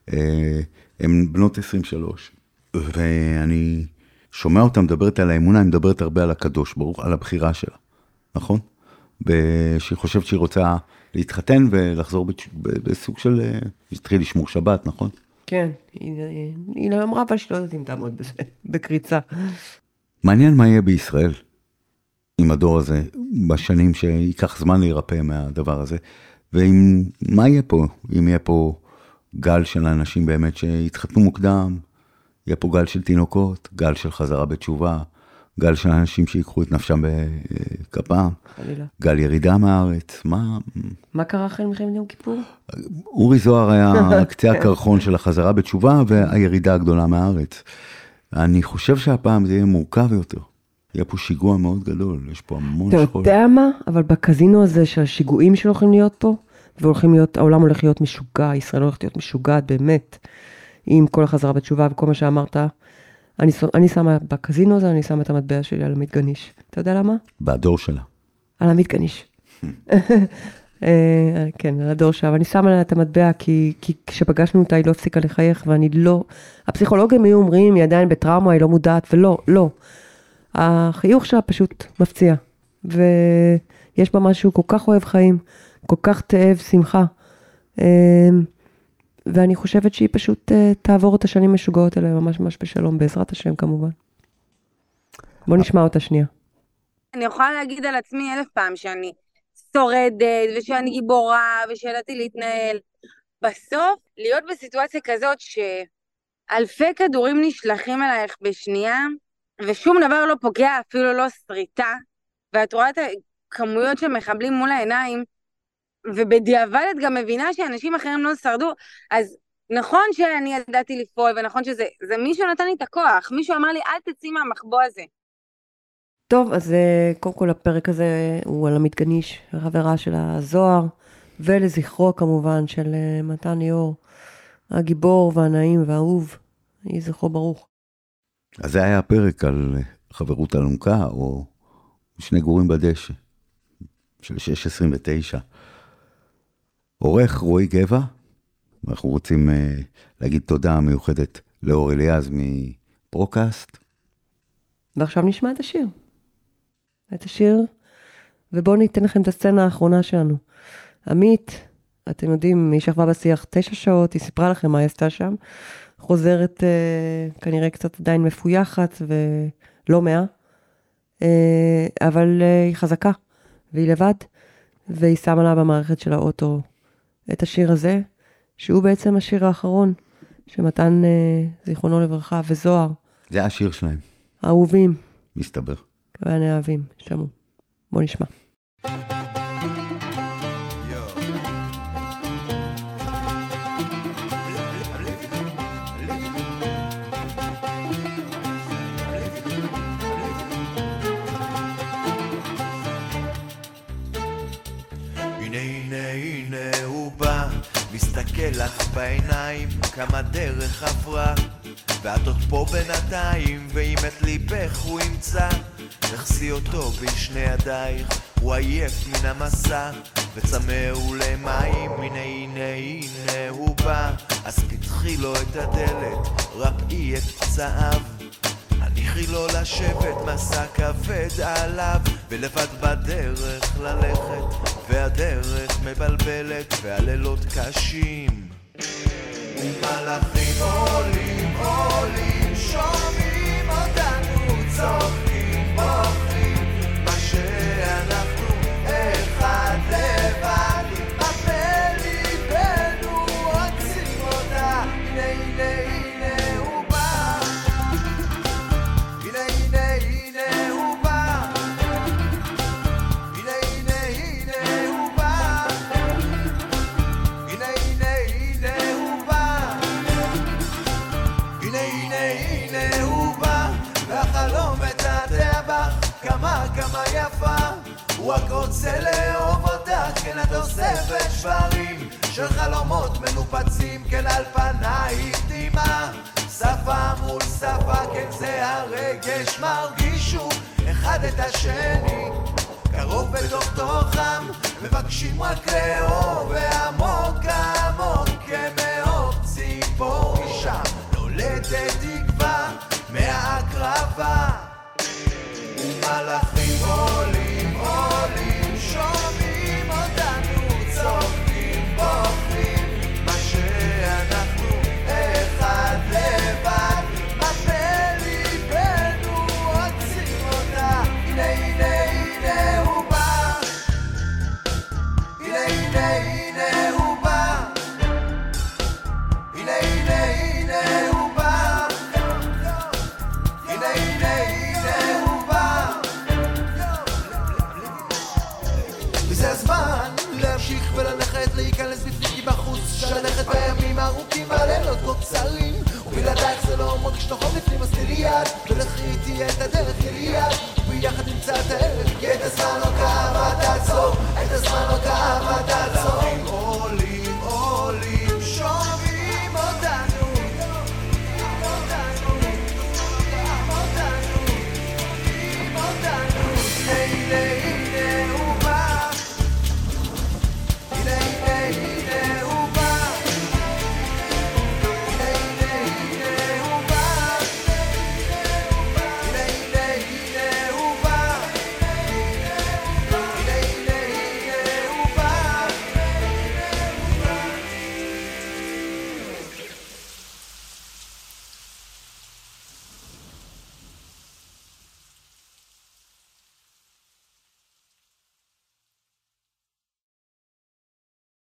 הם בנות עשרים ושלוש, ואני שומע אותה מדברת על האמונה, היא מדברת הרבה על הקדוש ברוך, על הבחירה שלה, נכון? שהיא חושבת שהיא רוצה להתחתן ולחזור בסוג של, להתחיל לשמור שבת, נכון? כן, היא לא אמרה, אבל שהיא לא יודעת אם תעמוד בזה, בקריצה. מעניין מה יהיה בישראל עם הדור הזה, בשנים שיקח זמן להירפא מהדבר הזה, ואם, מה יהיה פה? אם יהיה פה גל של אנשים באמת שהתחתנו מוקדם, יהיה פה גל של תינוקות, גל של חזרה בתשובה, גל של אנשים שיקחו את נפשם בכפם, גל ירידה מהארץ, מה... מה קרה אחרי מלחמת יום כיפור? אורי זוהר היה קצה הקרחון של החזרה בתשובה, והירידה הגדולה מהארץ. אני חושב שהפעם זה יהיה מורכב יותר. יהיה פה שיגוע מאוד גדול, יש פה המון שכול. אתה יודע מה? אבל בקזינו הזה של השיגועים שהולכים להיות פה, והולכים להיות, העולם הולך להיות משוגע, ישראל הולכת להיות משוגעת באמת, עם כל החזרה בתשובה וכל מה שאמרת. אני, אני שמה בקזינו הזה, אני שמה את המטבע שלי על עמית גניש. אתה יודע למה? בדור שלה. על עמית גניש. כן, על הדור שלה. ואני שמה לה את המטבע, כי, כי כשפגשנו אותה היא לא הפסיקה לחייך, ואני לא... הפסיכולוגים היו אומרים, היא עדיין בטראומה, היא לא מודעת, ולא, לא. החיוך שלה פשוט מפציע. ויש בה משהו כל כך אוהב חיים, כל כך תאב שמחה. ואני חושבת שהיא פשוט תעבור את השנים משוגעות האלה, ממש ממש בשלום, בעזרת השם כמובן. בוא נשמע אותה שנייה. אני יכולה להגיד על עצמי אלף פעם שאני שורדת, ושאני גיבורה, ושידעתי להתנהל. בסוף, להיות בסיטואציה כזאת שאלפי כדורים נשלחים עלייך בשנייה, ושום דבר לא פוגע, אפילו לא שריטה, ואת רואה את הכמויות של מחבלים מול העיניים, ובדיעבד את גם מבינה שאנשים אחרים לא שרדו, אז נכון שאני ידעתי לפעול, ונכון שזה זה מישהו נתן לי את הכוח, מישהו אמר לי, אל תצאי מהמחבוא הזה. טוב, אז קודם כל הפרק הזה הוא על עמית גניש, החברה של הזוהר, ולזכרו כמובן של מתן ליאור, הגיבור והנעים והאהוב, יהי זכרו ברוך. אז זה היה הפרק על חברות אלונקה, או שני גורים בדשא, של שש עשרים ותשע. עורך רועי גבע, אנחנו רוצים uh, להגיד תודה מיוחדת לאור אליעז מפרוקאסט. ועכשיו נשמע את השיר. את השיר, ובואו ניתן לכם את הסצנה האחרונה שלנו. עמית, אתם יודעים, היא שכבה בשיח תשע שעות, היא סיפרה לכם מה היא עשתה שם, חוזרת uh, כנראה קצת עדיין מפויחת ולא מאה, uh, אבל uh, היא חזקה, והיא לבד, והיא שמה לה במערכת של האוטו את השיר הזה, שהוא בעצם השיר האחרון, שמתן uh, זיכרונו לברכה וזוהר. זה השיר שלהם. אהובים. מסתבר. ואני אהבים, שמעו. בוא נשמע. מסתכל לך בעיניים, כמה דרך עברה, ואת עוד פה בינתיים, ואם את ליבך הוא ימצא, תחסי אותו בין שני ידייך, הוא עייף מן המסע, וצמאו למים, הנה הנה הנה הוא בא, אז פתחי לו את הדלת, רפאי את פצעיו, הניחי לו לשבת, מסע כבד עליו, ולבד בדרך ללכת, והדרך מבלבלת, והלילות קשים, ומלאכים עולים עולים, שומעים אותנו צוחקים בוכים, מה שאנחנו אחד לבד, אף ליבנו רוצים אותה, הנה הנה הנה הוא בא, הנה הנה הנה הוא בא, הנה הנה הנה הוא בא, הנה הנה הנה הוא בא, הנה הנה הנה הוא בא, והחלום מתעתע בך, כמה כמה יפה, הוא רק רוצה לאהוב אותך, כן את אוספת שברים של חלומות מנופצים, כן על פנייך דמעה, שפה מול שפה, כן זה הרגש, מרגישו אחד את השני, קרוב בתוך תוכם, מבקשים רק לאהוב, ועמוק עמוק כמאור ציפור אישה, נולדת תקווה מהקרבה, ומלאכים עולים עולים, שומעים אותנו צוחקים בוכים, מה שאנחנו אחד לבד, מה בליבנו רוצים אותה, הנה הנה הנה הוא בא, הנה הנה הנה הוא בא, הנה הנה הנה הוא בא, הנה הנה הנה הוא בא, וזה הזמן להמשיך וללכת, להיכנס בפנים כי בחוץ שללכת בימים ארוכים והלילות קוצרים, ובלעדייך זה לא מרגיש נכון בפנים, אז תראי יד ולכי איתי את הדרך אל יד, וביחד נמצא את הערך